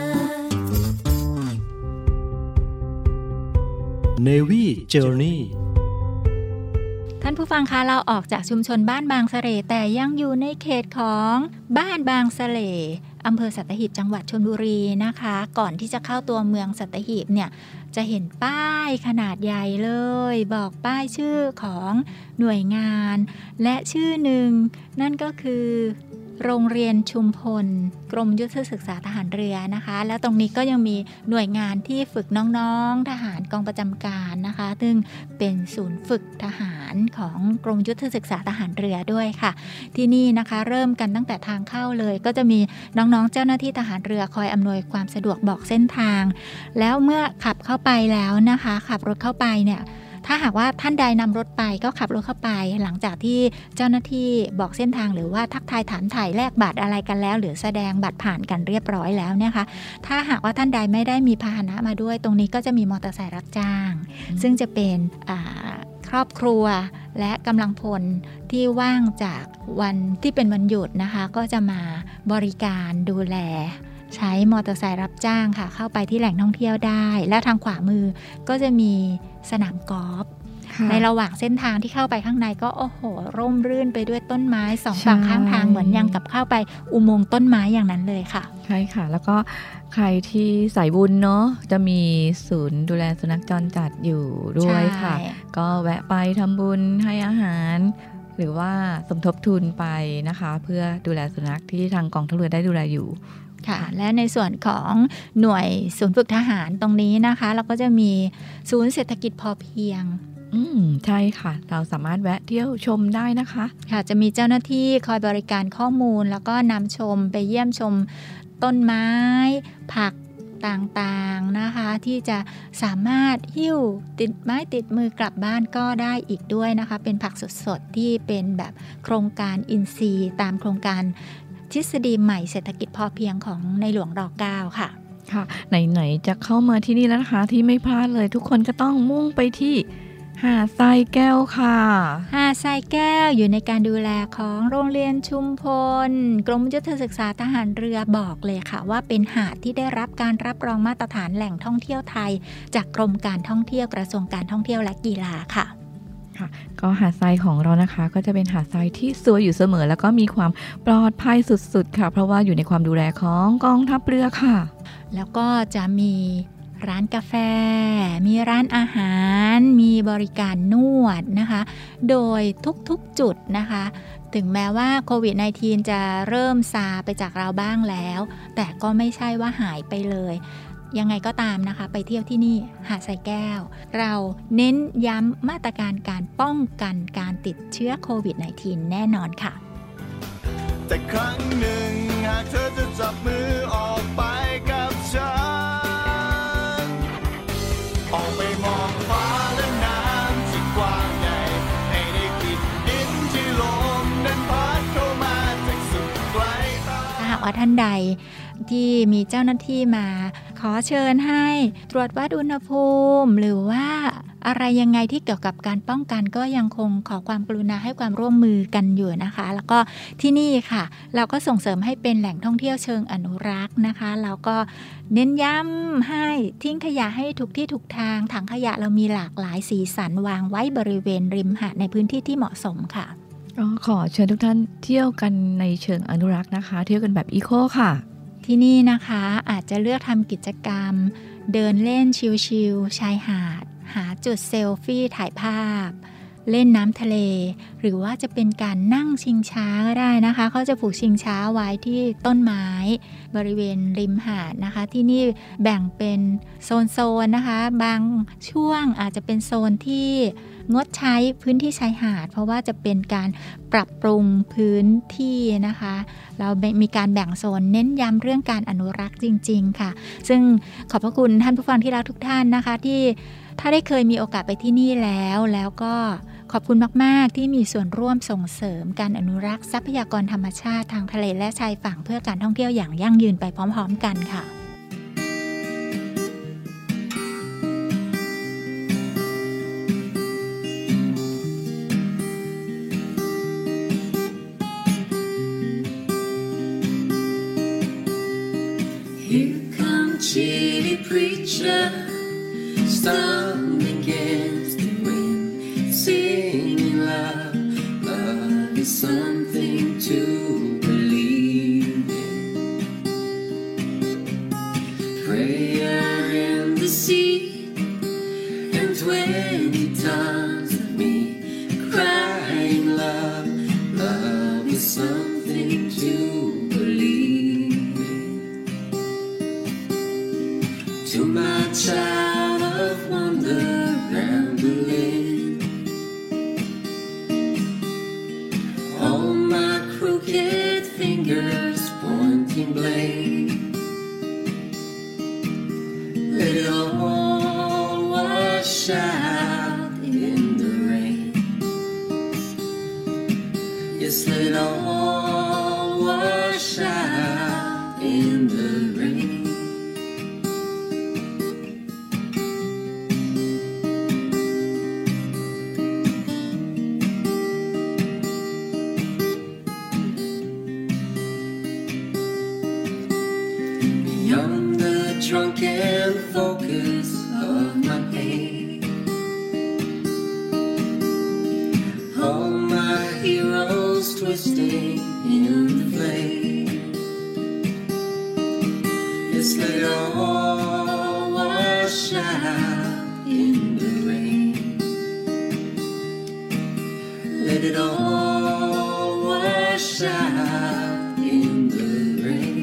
Navy Journey ท่านผู้ฟังคะเราออกจากชุมชนบ้านบางสะเลแต่ยังอยู่ในเขตของบ้านบางสะเลอำเภอสัตหีบจังหวัดชลบุรีนะคะก่อนที่จะเข้าตัวเมืองสัตหีบเนี่ยจะเห็นป้ายขนาดใหญ่เลยบอกป้ายชื่อของหน่วยงานและชื่อหนึ่งนั่นก็คือโรงเรียนชุมพลกรมยุทธศึกษาทหารเรือนะคะแล้วตรงนี้ก็ยังมีหน่วยงานที่ฝึกน้องๆทหารกองประจำการนะคะซึ่งเป็นศูนย์ฝึกทหารของกรมยุทธศึกษาทหารเรือด้วยค่ะที่นี่นะคะเริ่มกันตั้งแต่ทางเข้าเลยก็จะมีน้องๆเจ้าหน้าที่ทหารเรือคอยอำนวยความสะดวกบอกเส้นทางแล้วเมื่อขับเข้าไปแล้วนะคะขับรถเข้าไปเนี่ยถ้าหากว่าท่านใดนำรถไปก็ขับรถเข้าไปหลังจากที่เจ้าหน้าที่บอกเส้นทางหรือว่าทักทายถามถ่ายแลกบัตรอะไรกันแล้วหรือแสดงบัตรผ่านกันเรียบร้อยแล้วเนี่ยค่ะถ้าหากว่าท่านใดไม่ได้มีพาหนะมาด้วยตรงนี้ก็จะมีมอเตอร์ไซค์รับจ้างซึ่งจะเป็นครอบครัวและกำลังพลที่ว่างจากวันที่เป็นวันหยุดนะคะก็จะมาบริการดูแลใช้มอเตอร์ไซค์รับจ้างค่ะเข้าไปที่แหล่งท่องเที่ยวได้และทางขวามือก็จะมีสนามกอล์ฟในระหว่างเส้นทางที่เข้าไปข้างในก็โอ้โหร่มรื่นไปด้วยต้นไม้สองฝั่งข้างทางเหมือนยังกับเข้าไปอุโมงค์ต้นไม้อย่างนั้นเลยค่ะใช่ค่ะแล้วก็ใครที่สายบุญเนาะจะมีศูนย์ดูแลสุนัขจรจัดอยู่ด้วยค่ะก็แวะไปทำบุญให้อาหารหรือว่าสมทบทุนไปนะคะเพื่อดูแลสุนัขที่ทางกองทัพเรือได้ดูแลอยู่ค่ะและในส่วนของหน่วยศูนย์ฝึกทหารตรงนี้นะคะเราก็จะมีศูนย์เศรษฐกิจพอเพียงใช่ค่ะเราสามารถแวะเที่ยวชมได้นะคะค่ะจะมีเจ้าหน้าที่คอยบริการข้อมูลแล้วก็นำชมไปเยี่ยมชมต้นไม้ผักต่างๆนะคะที่จะสามารถหิ้วติดไม้ติดมือกลับบ้านก็ได้อีกด้วยนะคะเป็นผักสดๆที่เป็นแบบโครงการอินทรีย์ตามโครงการทฤษฎีใหม่เศรษฐกิจพอเพียงของในหลวงร.9 ค่ะค่ะไหนๆจะเข้ามาที่นี่แล้วนะคะที่ไม่พลาดเลยทุกคนก็ต้องมุ่งไปที่หาดทรายแก้วค่ะหาดทรายแก้วอยู่ในการดูแลของโรงเรียนชุมพลกรมยุทธศึกษาทหารเรือบอกเลยค่ะว่าเป็นหาดที่ได้รับการรับรองมาตรฐานแหล่งท่องเที่ยวไทยจากกรมการท่องเที่ยวกระทรวงการท่องเที่ยวและกีฬาค่ะก็หาดทรายของเรานะคะก็จะเป็นหาดทรายที่สวยอยู่เสมอแล้วก็มีความปลอดภัยสุดๆค่ะเพราะว่าอยู่ในความดูแลของกองทัพเรือค่ะแล้วก็จะมีร้านกาแฟมีร้านอาหารมีบริการนวดนะคะโดยทุกๆจุดนะคะถึงแม้ว่าโควิด -19 จะเริ่มซาไปจากเราบ้างแล้วแต่ก็ไม่ใช่ว่าหายไปเลยยังไงก็ตามนะคะไปเที่ยวที่นี่หาดทรายแก้วเราเน้นย้ำมาตรการการป้องกันการติดเชื้อโควิด -19 แน่นอนค่ะแต่ครั้งหนึ่งหากเธอจะจับมือออกไปกับฉันออกไปมองฟ้าและน้ำที่กว้างใหญ่ให้ได้กลิ่นดินที่ลมนั้นพัดเข้ามาจากสุดไกลตาถ้าหากว่าท่านใดที่มีเจ้าหน้าที่มาขอเชิญให้ตรวจวัดอุณหภูมิหรือว่าอะไรยังไงที่เกี่ยวกับการป้องกันก็ยังคงขอความกรุณาให้ความร่วมมือกันอยู่นะคะแล้วก็ที่นี่ค่ะเราก็ส่งเสริมให้เป็นแหล่งท่องเที่ยวเชิงอนุรักษ์นะคะแล้วก็เน้นย้ำให้ทิ้งขยะให้ถูกที่ถูกทางถังขยะเรามีหลากหลายสีสันวางไว้บริเวณริมหาดในพื้นที่ที่เหมาะสมค่ะขอเชิญทุกท่านเที่ยวกันในเชิงอนุรักษ์นะคะเที่ยวกันแบบอีโคค่ะที่นี่นะคะอาจจะเลือกทำกิจกรรมเดินเล่นชิลๆชายหาดหาจุดเซลฟี่ถ่ายภาพเล่นน้ำทะเลหรือว่าจะเป็นการนั่งชิงช้าก็ได้นะคะเขาจะผูกชิงช้าไว้ที่ต้นไม้บริเวณริมหาดนะคะที่นี่แบ่งเป็นโซนนะคะบางช่วงอาจจะเป็นโซนที่งดใช้พื้นที่ชายหาดเพราะว่าจะเป็นการปรับปรุงพื้นที่นะคะเรามีการแบ่งโซนเน้นย้ำเรื่องการอนุรักษ์จริงๆค่ะซึ่งขอบพระคุณท่านผู้ฟังที่รักทุกท่านนะคะที่ถ้าได้เคยมีโอกาสไปที่นี่แล้วก็ขอบคุณมากๆที่มีส่วนร่วมส่งเสริมการอนุรักษ์ทรัพยากรธรรมชาติทางทะเลและชายฝั่งเพื่อการท่องเที่ยวอย่างยั่งยืนไปพร้อมๆกันค่ะ Chilly preacher, stumbling against the wind, singing loud, love is something to believe in. Prayer in the sea, and 20 times of me crying loud, love is something to to my child of wonder rambling. All my crooked fingers pointing blame. Let it all wash out in the rain. Yes, let it all wash out in the rain. Drunken focus of my pain. All my heroes twisting in the flame. Yes, let it all wash out in the rain. Let it all wash out in the rain.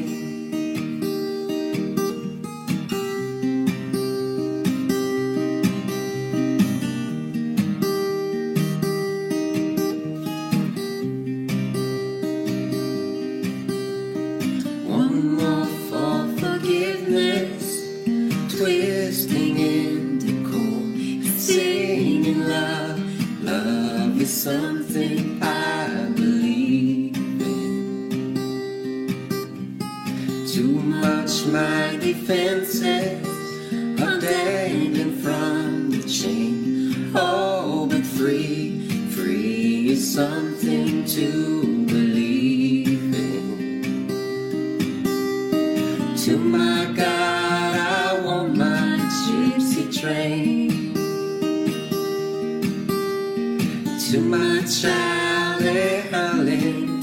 Something I believe in. Too much my defenses are dangling from the chain. Oh, but free is something to believe in. To my God I want my gypsy train. To my child a howling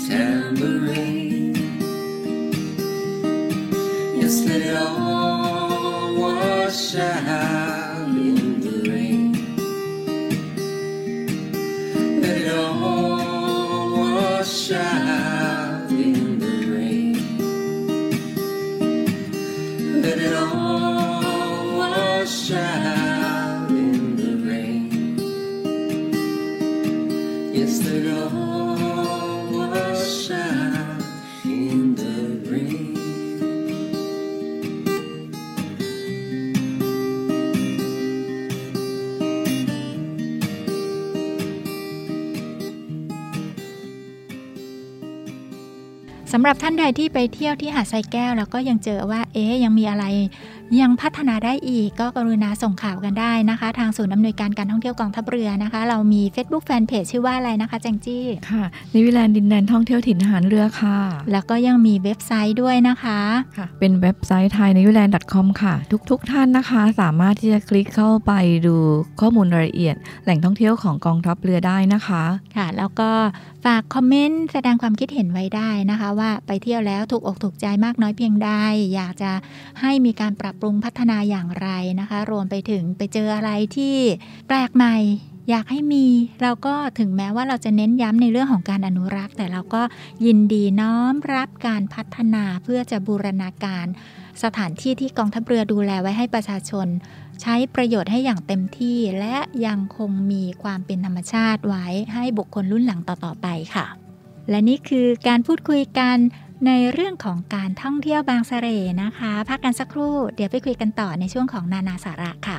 tambourine. Yes, let it all wash wash out in the rain. Let it all wash out in the rain. Let it all wash out in the rain. Yes, let it all wash out in the rain. สำหรับท่านใดที่ไปเที่ยวที่หาดทรายแก้วแล้วก็ยังเจอว่ายังมีอะไรยังพัฒนาได้อีกก็กรุณาส่งข่าวกันได้นะคะทางศูนย์อำนวยการการท่องเที่ยวกองทัพเรือนะคะเรามี Facebook Fanpage ชื่อว่าอะไรนะคะแจงจี้ค่ะนิวิแลนด์ดินแดนท่องเที่ยวถิ่นทหารเรือค่ะแล้วก็ยังมีเว็บไซต์ด้วยนะคะค่ะเป็นเว็บไซต์ thainewiland.com ค่ะทุกท่านนะคะสามารถที่จะคลิกเข้าไปดูข้อมูลรายละเอียดแหล่งท่องเที่ยวของกองทัพเรือได้นะคะค่ะแล้วก็ฝากคอมเมนต์แสดงความคิดเห็นไว้ได้นะคะว่าไปเที่ยวแล้วถูกอกถูกใจมากน้อยเพียงใดอยากจะให้มีการปรับปรุงพัฒนาอย่างไรนะคะรวมไปถึงไปเจออะไรที่แปลกใหม่อยากให้มีเราก็ถึงแม้ว่าเราจะเน้นย้ำในเรื่องของการอนุรักษ์แต่เราก็ยินดีน้อมรับการพัฒนาเพื่อจะบูรณาการสถานที่ที่กองทัพเรือดูแลไว้ให้ประชาชนใช้ประโยชน์ให้อย่างเต็มที่และยังคงมีความเป็นธรรมชาติไว้ให้บุคคลรุ่นหลังต่อๆไปค่ะและนี่คือการพูดคุยกันในเรื่องของการท่องเที่ยวบางเสร่นะคะพักกันสักครู่เดี๋ยวไปคุยกันต่อในช่วงของนานาสาระค่ะ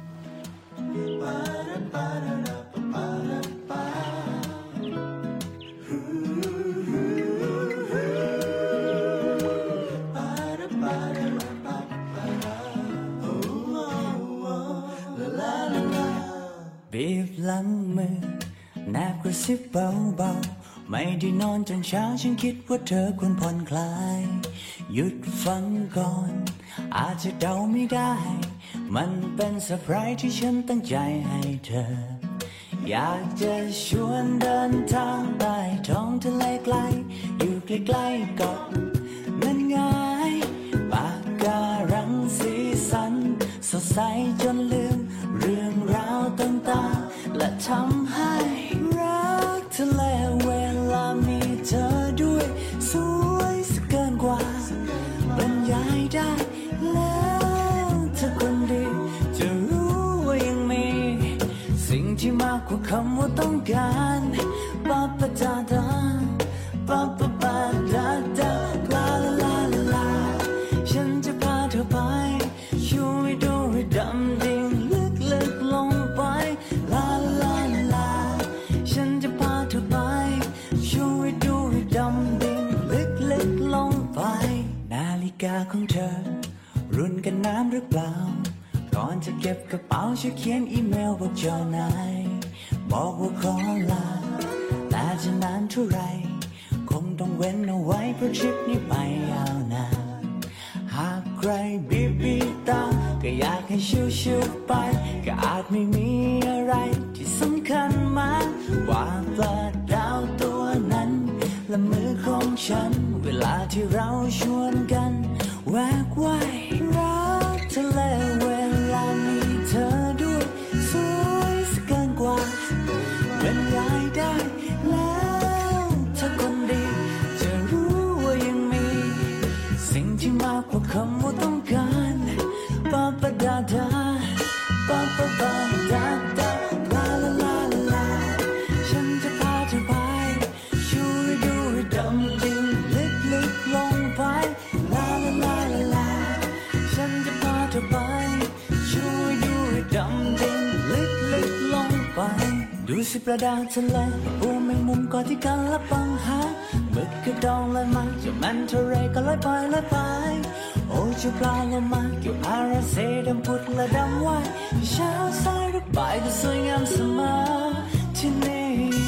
บีบหลังมือแนบกระซิบเบาๆไม่ได้นอนจนเช้าฉันคิดว่าเธอควรผ่อนคลายหยุดฟังก่อนอาจจะเดาไม่ได้มันเป็นเซอร์ไพรส์ที่ฉันตั้งใจให้เธออยากจะชวนเดินทางใต้ท้องทะเลไกลอยู่ใกล้ๆเกาะนั่นไงปากการังสีสันสดใสจนลืมเรื่องราวต่างๆและทำให้รักทะเลเวลามีเธอด้วยสวยสักเกินกว่าบรรยายได้แล้วเธอคนดีจะรู้ว่ายังมีสิ่งที่มากกว่าคำว่าต้องการปะปะดาดาปะปะปะดาดาลาลาลาลาฉันจะพาเธอไปช่วยดูให้ดำดิ่งลึกลงไปลาลาลาฉันจะพาเธอไปช่วยดูให้ดำดิ่งลึกลงไปนาฬิกาของเธอรุ่นกันน้ำหรือเปล่าก่อนจะเก็บกระเป๋าช่วยเขียนอีเมลบอกเจ้านายบอกว่าขอลาแต่จะนานเท่าไรคงต้องเว้นเอาไว้เพราะทริปนี้ไปยาวนานหากใครบีตาก็อยากให้ชิวๆไปก็อาจไม่มีอะไรที่สำคัญมากกว่าปลาดาวตัวนั้นและมือของฉันเวลาที่เราชวนกันแวกว่ายรักทะเลเวลามีเธอด้วยสวยสักเกินกว่าบรรยายได้แล้วเธอคนดีจะรู้ว่ายังมีสิ่งที่มากกว่าคำว่าต้องการปะปะดาดาปะปะปะดาดาลาลาลาลาฉันจะพาเธอไปช่วยดูให้ดำดิ่งลึกลงไปลาลาลาลาฉันจะพาเธอไปช่วยดูให้ดำดิ่งลึกลงไปดูสิปลาดาวทะเลปูแมงมุมก่อนที่กันและปังหาหมึกกระดองลอยมาเจ้ามันทะเลก็ลอยไปโอ้เจ้าปลาลอยมาเกี่ยวอาราเซดำพุดและดำว่ายเช้าสายหรือบ่ายก็สวยงามเสมอที่นี่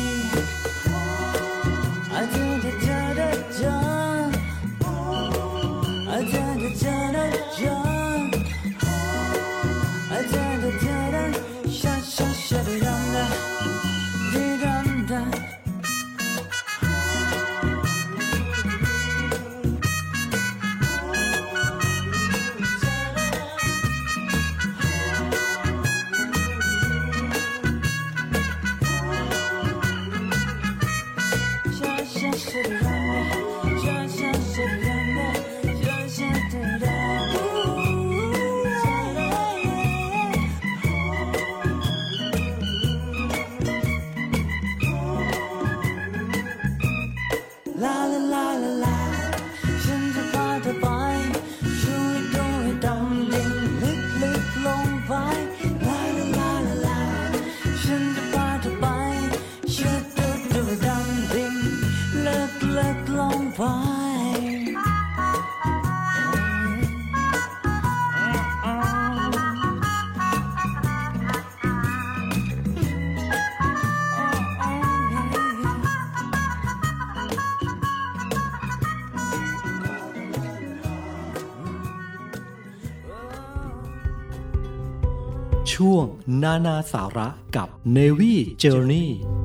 อาจารย์จะเจอได้เจออาจารย์จะเจอได้เจออาจารย์จะเจอได้ชาได้ดำได้ดีดำได้ช่วงนานาสาระกับ Navy Journey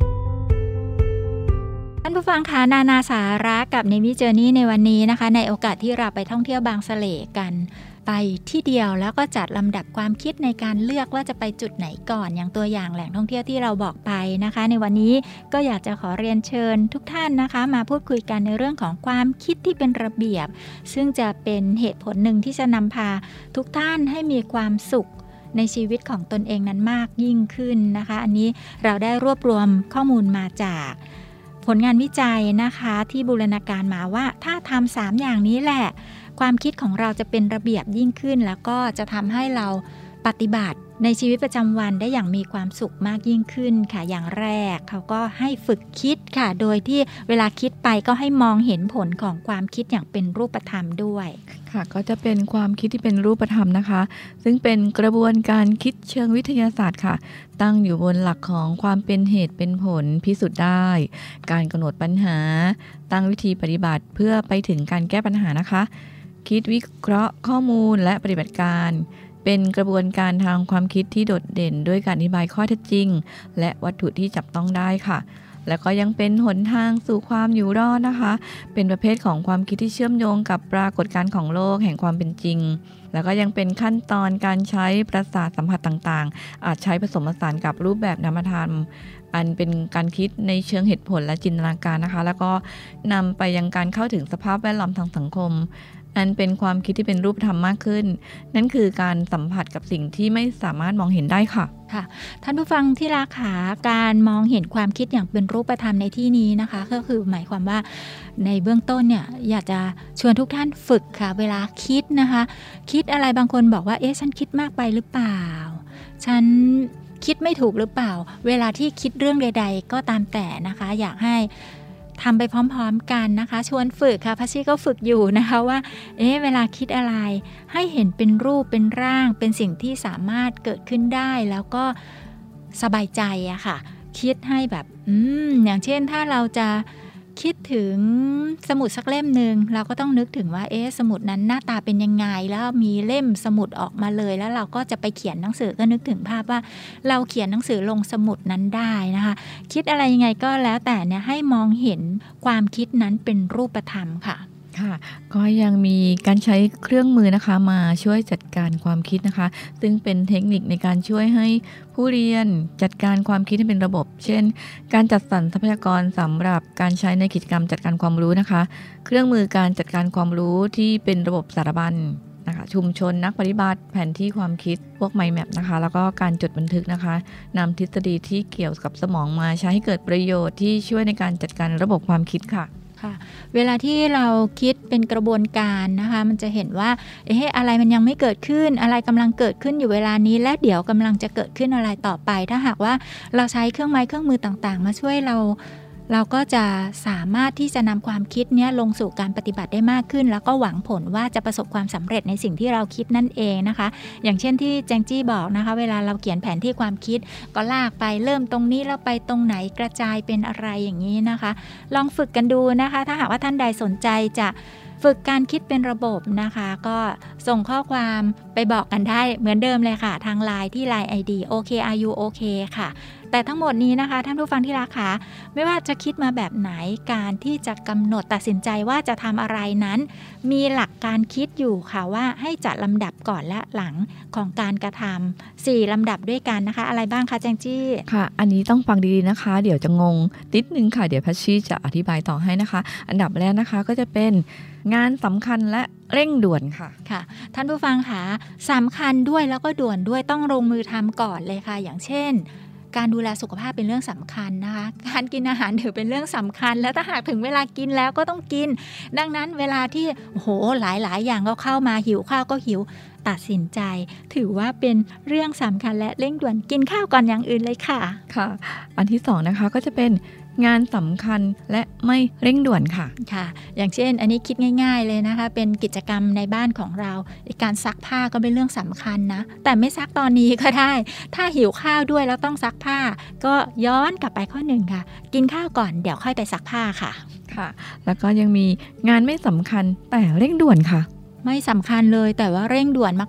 ท่านผู้ฟังคะนานาสาระกับ Navy Journey ในวันนี้นะคะในโอกาสที่เราไปท่องเที่ยวบางสะเลกันไปที่เดียวแล้วก็จัดลำดับความคิดในการเลือกว่าจะไปจุดไหนก่อนอย่างตัวอย่างแหล่งท่องเที่ยวที่เราบอกไปนะคะในวันนี้ก็อยากจะขอเรียนเชิญทุกท่านนะคะมาพูดคุยกันในเรื่องของความคิดที่เป็นระเบียบซึ่งจะเป็นเหตุผลหนึ่งที่จะนำพาทุกท่านให้มีความสุขในชีวิตของตนเองนั้นมากยิ่งขึ้นนะคะอันนี้เราได้รวบรวมข้อมูลมาจากผลงานวิจัยนะคะที่บูรณาการมาว่าถ้าทำ3อย่างนี้แหละความคิดของเราจะเป็นระเบียบยิ่งขึ้นแล้วก็จะทำให้เราปฏิบัติในชีวิตประจำวันได้อย่างมีความสุขมากยิ่งขึ้นค่ะอย่างแรกเขาก็ให้ฝึกคิดค่ะโดยที่เวลาคิดไปก็ให้มองเห็นผลของความคิดอย่างเป็นรูปธรรมด้วยค่ะก็จะเป็นความคิดที่เป็นรูปธรรมนะคะซึ่งเป็นกระบวนการคิดเชิงวิทยาศาสตร์ค่ะตั้งอยู่บนหลักของความเป็นเหตุเป็นผลพิสูจน์ได้การกำหนดปัญหาตั้งวิธีปฏิบัติเพื่อไปถึงการแก้ปัญหานะคะคิดวิเคราะห์ข้อมูลและปฏิบัติการเป็นกระบวนการทางความคิดที่โดดเด่นด้วยการอธิบายข้อเท็จจริงและวัตถุที่จับต้องได้ค่ะแล้วก็ยังเป็นหนทางสู่ความอยู่รอดนะคะเป็นประเภทของความคิดที่เชื่อมโยงกับปรากฏการณ์ของโลกแห่งความเป็นจริงแล้วก็ยังเป็นขั้นตอนการใช้ประสาทสัมผัสต่างๆอาจใช้ผสมผสานกับรูปแบบนามธรรมอันเป็นการคิดในเชิงเหตุผลและจินตนาการนะคะแล้วก็นำไปยังการเข้าถึงสภาพแวดล้อมทางสังคมอันเป็นความคิดที่เป็นรูปธรรมมากขึ้นนั่นคือการสัมผัสกับสิ่งที่ไม่สามารถมองเห็นได้ค่ะค่ะท่านผู้ฟังที่รักค่ะการมองเห็นความคิดอย่างเป็นรูปธรรมในที่นี้นะคะก็คือหมายความว่าในเบื้องต้นเนี่ยอยากจะชวนทุกท่านฝึกค่ะเวลาคิดนะคะคิดอะไรบางคนบอกว่าฉันคิดมากไปหรือเปล่าฉันคิดไม่ถูกหรือเปล่าเวลาที่คิดเรื่องใดๆก็ตามแต่นะคะอยากให้ทำไปพร้อมๆกันนะคะชวนฝึกค่ะพัชชีก็ฝึกอยู่นะคะว่าเวลาคิดอะไรให้เห็นเป็นรูปเป็นร่างเป็นสิ่งที่สามารถเกิดขึ้นได้แล้วก็สบายใจอะค่ะคิดให้แบบอย่างเช่นถ้าเราจะคิดถึงสมุดสักเล่มนึงเราก็ต้องนึกถึงว่าสมุดนั้นหน้าตาเป็นยังไงแล้วมีเล่มสมุดออกมาเลยแล้วเราก็จะไปเขียนหนังสือก็นึกถึงภาพว่าเราเขียนหนังสือลงสมุดนั้นได้นะคะคิดอะไรยังไงก็แล้วแต่เนี่ยให้มองเห็นความคิดนั้นเป็นรูปธรรมค่ะค่ะก็ยังมีการใช้เครื่องมือนะคะมาช่วยจัดการความคิดนะคะซึ่งเป็นเทคนิคในการช่วยให้ผู้เรียนจัดการความคิดให้เป็นระบบเช่นการจัดสรรทรัพยากรสำหรับการใช้ในกิจกรรมจัดการความรู้นะคะเครื่องมือการจัดการความรู้ที่เป็นระบบสารบัญนะคะชุมชนนักปฏิบัติแผนที่ความคิดพวก Mind Map นะคะแล้วก็การจดบันทึกนะคะนำทฤษฎีที่เกี่ยวกับสมองมาใช้ให้เกิดประโยชน์ที่ช่วยในการจัดการระบบความคิดค่ะเวลาที่เราคิดเป็นกระบวนการนะคะมันจะเห็นว่าอะไรมันยังไม่เกิดขึ้นอะไรกำลังเกิดขึ้นอยู่เวลานี้และเดี๋ยวกำลังจะเกิดขึ้นอะไรต่อไปถ้าหากว่าเราใช้เครื่องไม้เครื่องมือต่างๆมาช่วยเราก็จะสามารถที่จะนำความคิดนี้ลงสู่การปฏิบัติได้มากขึ้นแล้วก็หวังผลว่าจะประสบความสำเร็จในสิ่งที่เราคิดนั่นเองนะคะอย่างเช่นที่แจงจี้บอกนะคะเวลาเราเขียนแผนที่ความคิดก็ลากไปเริ่มตรงนี้แล้วไปตรงไหนกระจายเป็นอะไรอย่างนี้นะคะลองฝึกกันดูนะคะถ้าหากว่าท่านใดสนใจจะฝึกการคิดเป็นระบบนะคะก็ส่งข้อความไปบอกกันได้เหมือนเดิมเลยค่ะทาง LINE ที่ LINE ID OKRUOK ค่ะแต่ทั้งหมดนี้นะคะท่านผู้ฟังที่รักค่ะไม่ว่าจะคิดมาแบบไหนการที่จะกำหนดตัดสินใจว่าจะทำอะไรนั้นมีหลักการคิดอยู่ค่ะว่าให้จัดลำดับก่อนและหลังของการกระทำ4ลำดับด้วยกันนะคะอะไรบ้างคะแจงจี้ค่ะอันนี้ต้องฟังดีๆนะคะเดี๋ยวจะงงนิดนึงค่ะเดี๋ยวพัชชีจะอธิบายต่อให้นะคะอันดับแรกนะคะก็จะเป็นงานสำคัญและเร่งด่วนค่ะค่ะท่านผู้ฟังค่ะสำคัญด้วยแล้วก็ด่วนด้วยต้องลงมือทำก่อนเลยค่ะอย่างเช่นการดูแลสุขภาพเป็นเรื่องสำคัญนะคะการกินอาหารถือเป็นเรื่องสำคัญแล้วถ้าหากถึงเวลากินแล้วก็ต้องกินดังนั้นเวลาที่หลายอย่างก็เข้ามาหิวข้าวก็หิวตัดสินใจถือว่าเป็นเรื่องสำคัญและเร่งด่วนกินข้าวก่อนอย่างอื่นเลยค่ะค่ะอันที่สองนะคะก็จะเป็นงานสำคัญและไม่เร่งด่วนค่ะค่ะอย่างเช่นอันนี้คิดง่ายๆเลยนะคะเป็นกิจกรรมในบ้านของเราการซักผ้าก็เป็นเรื่องสำคัญนะแต่ไม่ซักตอนนี้ก็ได้ถ้าหิวข้าวด้วยแล้วต้องซักผ้าก็ย้อนกลับไปข้อหนึ่งค่ะกินข้าวก่อนเดี๋ยวค่อยไปซักผ้าค่ะค่ะแล้วก็ยังมีงานไม่สำคัญแต่เร่งด่วนค่ะไม่สำคัญเลยแต่ว่าเร่งด่วนมากๆ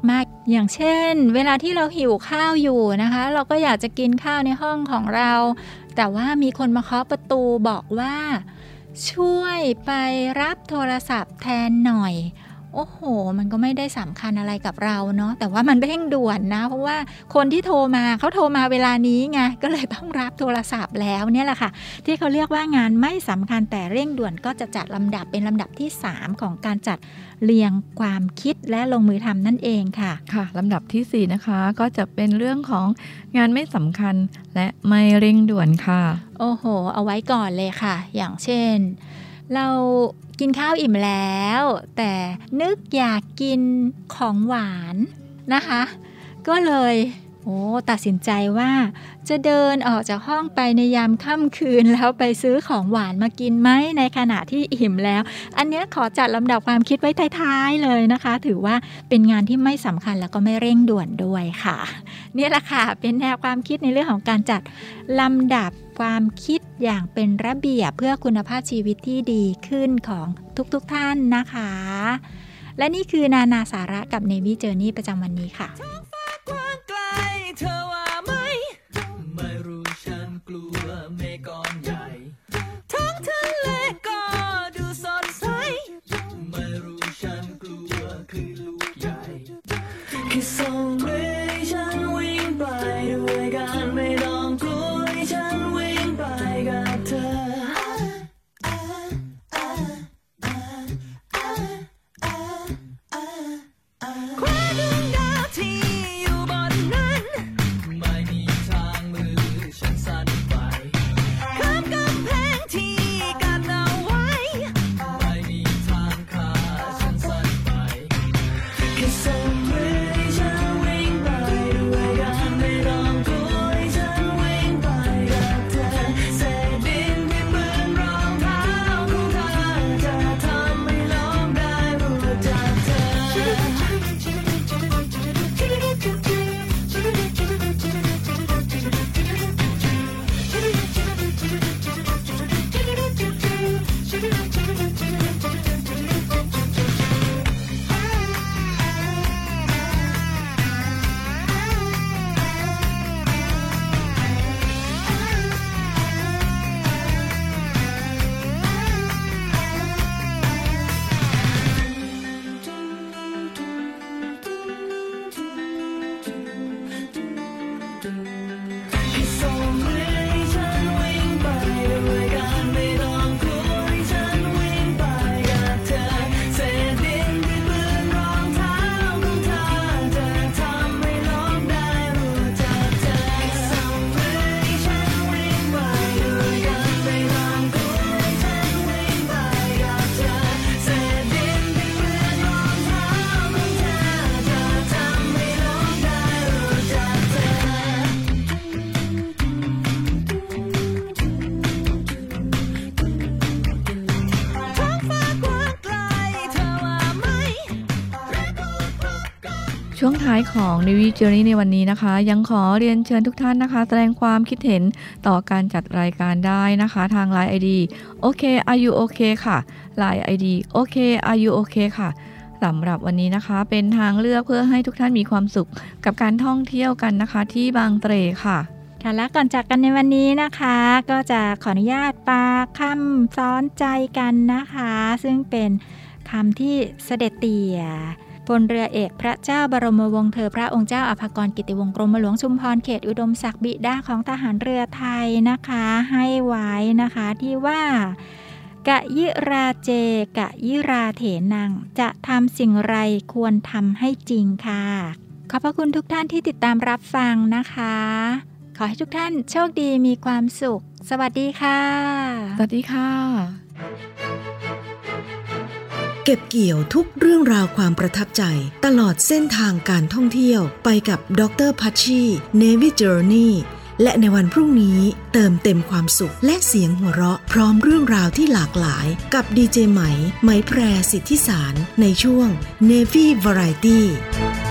อย่างเช่นเวลาที่เราหิวข้าวอยู่นะคะเราก็อยากจะกินข้าวในห้องของเราแต่ว่ามีคนมาเคาะประตูบอกว่าช่วยไปรับโทรศัพท์แทนหน่อยโอ้โหมันก็ไม่ได้สำคัญอะไรกับเราเนาะแต่ว่ามันเร่งด่วนนะเพราะว่าคนที่โทรมาเขาโทรมาเวลานี้ไงก็เลยต้องรับโทรศัพท์แล้วเนี่ยแหละค่ะที่เขาเรียกว่างานไม่สำคัญแต่เร่งด่วนก็จะจัดลำดับเป็นลำดับที่3ของการจัดเรียงความคิดและลงมือทำนั่นเองค่ะค่ะลำดับที่4นะคะก็จะเป็นเรื่องของงานไม่สำคัญและไม่เร่งด่วนค่ะโอ้โหเอาไว้ก่อนเลยค่ะอย่างเช่นเรากินข้าวอิ่มแล้วแต่นึกอยากกินของหวานนะคะก็เลยตัดสินใจว่าจะเดินออกจากห้องไปในยามค่ำคืนแล้วไปซื้อของหวานมากินไหมในขณะที่อิ่มแล้วอันนี้ขอจัดลำดับความคิดไว้ท้ายๆเลยนะคะถือว่าเป็นงานที่ไม่สำคัญแล้วก็ไม่เร่งด่วนด้วยค่ะนี่แหละค่ะเป็นแนวความคิดในเรื่องของการจัดลำดับความคิดอย่างเป็นระเบียบเพื่อคุณภาพชีวิตที่ดีขึ้นของทุกท่านนะคะและนี่คือนานาสาระกับ Navy Journey ประจำวันนี้ค่ะเธอว่าไม่รู้ฉันกลัวเมฆก้อนใหญ่ท้องทะเลก็ดูสดใสไม่รู้ฉันกลัวคือลูกใหญ่แค่ส่งมือให้ฉันวิ่งไปด้วยกันไม่ต้องกลัวให้ฉันวิ่งไปกับเธอแค่ดวงดาวที่อยู่บนนั้นไม่มีทางมือฉันสั่นไปข้ามกำแพงที่กั้นเอาไว้ไม่มีทางขาฉันสั่นไปแค่ส่งมือให้ฉันวิ่งไปด้วยกันไม่ต้องกลัวให้ฉันวิ่งไปกับเธอเศษดินที่เหมือนรองเท้าของเธอจะทำให้ล้มได้รู้จักเธอช่วงท้ายของ Navy Journey ในวันนี้นะคะยังขอเรียนเชิญทุกท่านนะคะแสดงความคิดเห็นต่อการจัดรายการได้นะคะทาง LINE ID โอเค Are you okay ค่ะ LINE ID โอเค Are you okay ค่ะสำหรับวันนี้นะคะเป็นทางเลือกเพื่อให้ทุกท่านมีความสุขกับการท่องเที่ยวกันนะคะที่บางเตร่ค่ะค่ะและก่อนจากกันในวันนี้นะคะก็จะขออนุญาตปาคำซ้อนใจกันนะคะซึ่งเป็นคำที่เสด็จเตี่ยพลเรือเอกพระเจ้าบรมวงศ์เธอพระองค์เจ้าอภากรกิติวงศ์กรมหลวงชุมพรเขตอุดมศักดิ์บิดาของทหารเรือไทยนะคะให้ไว้นะคะที่ว่ากะยิราเจกะยิราเถนังจะทำสิ่งไรควรทำให้จริงค่ะขอบพระคุณทุกท่านที่ติดตามรับฟังนะคะขอให้ทุกท่านโชคดีมีความสุขสวัสดีค่ะสวัสดีค่ะเก็บเกี่ยวทุกเรื่องราวความประทับใจตลอดเส้นทางการท่องเที่ยวไปกับดร.พัชชี Navy Journey และในวันพรุ่งนี้เติมเต็มความสุขและเสียงหัวเราะพร้อมเรื่องราวที่หลากหลายกับดีเจไหมแพรสิทธิสารในช่วง Navy Variety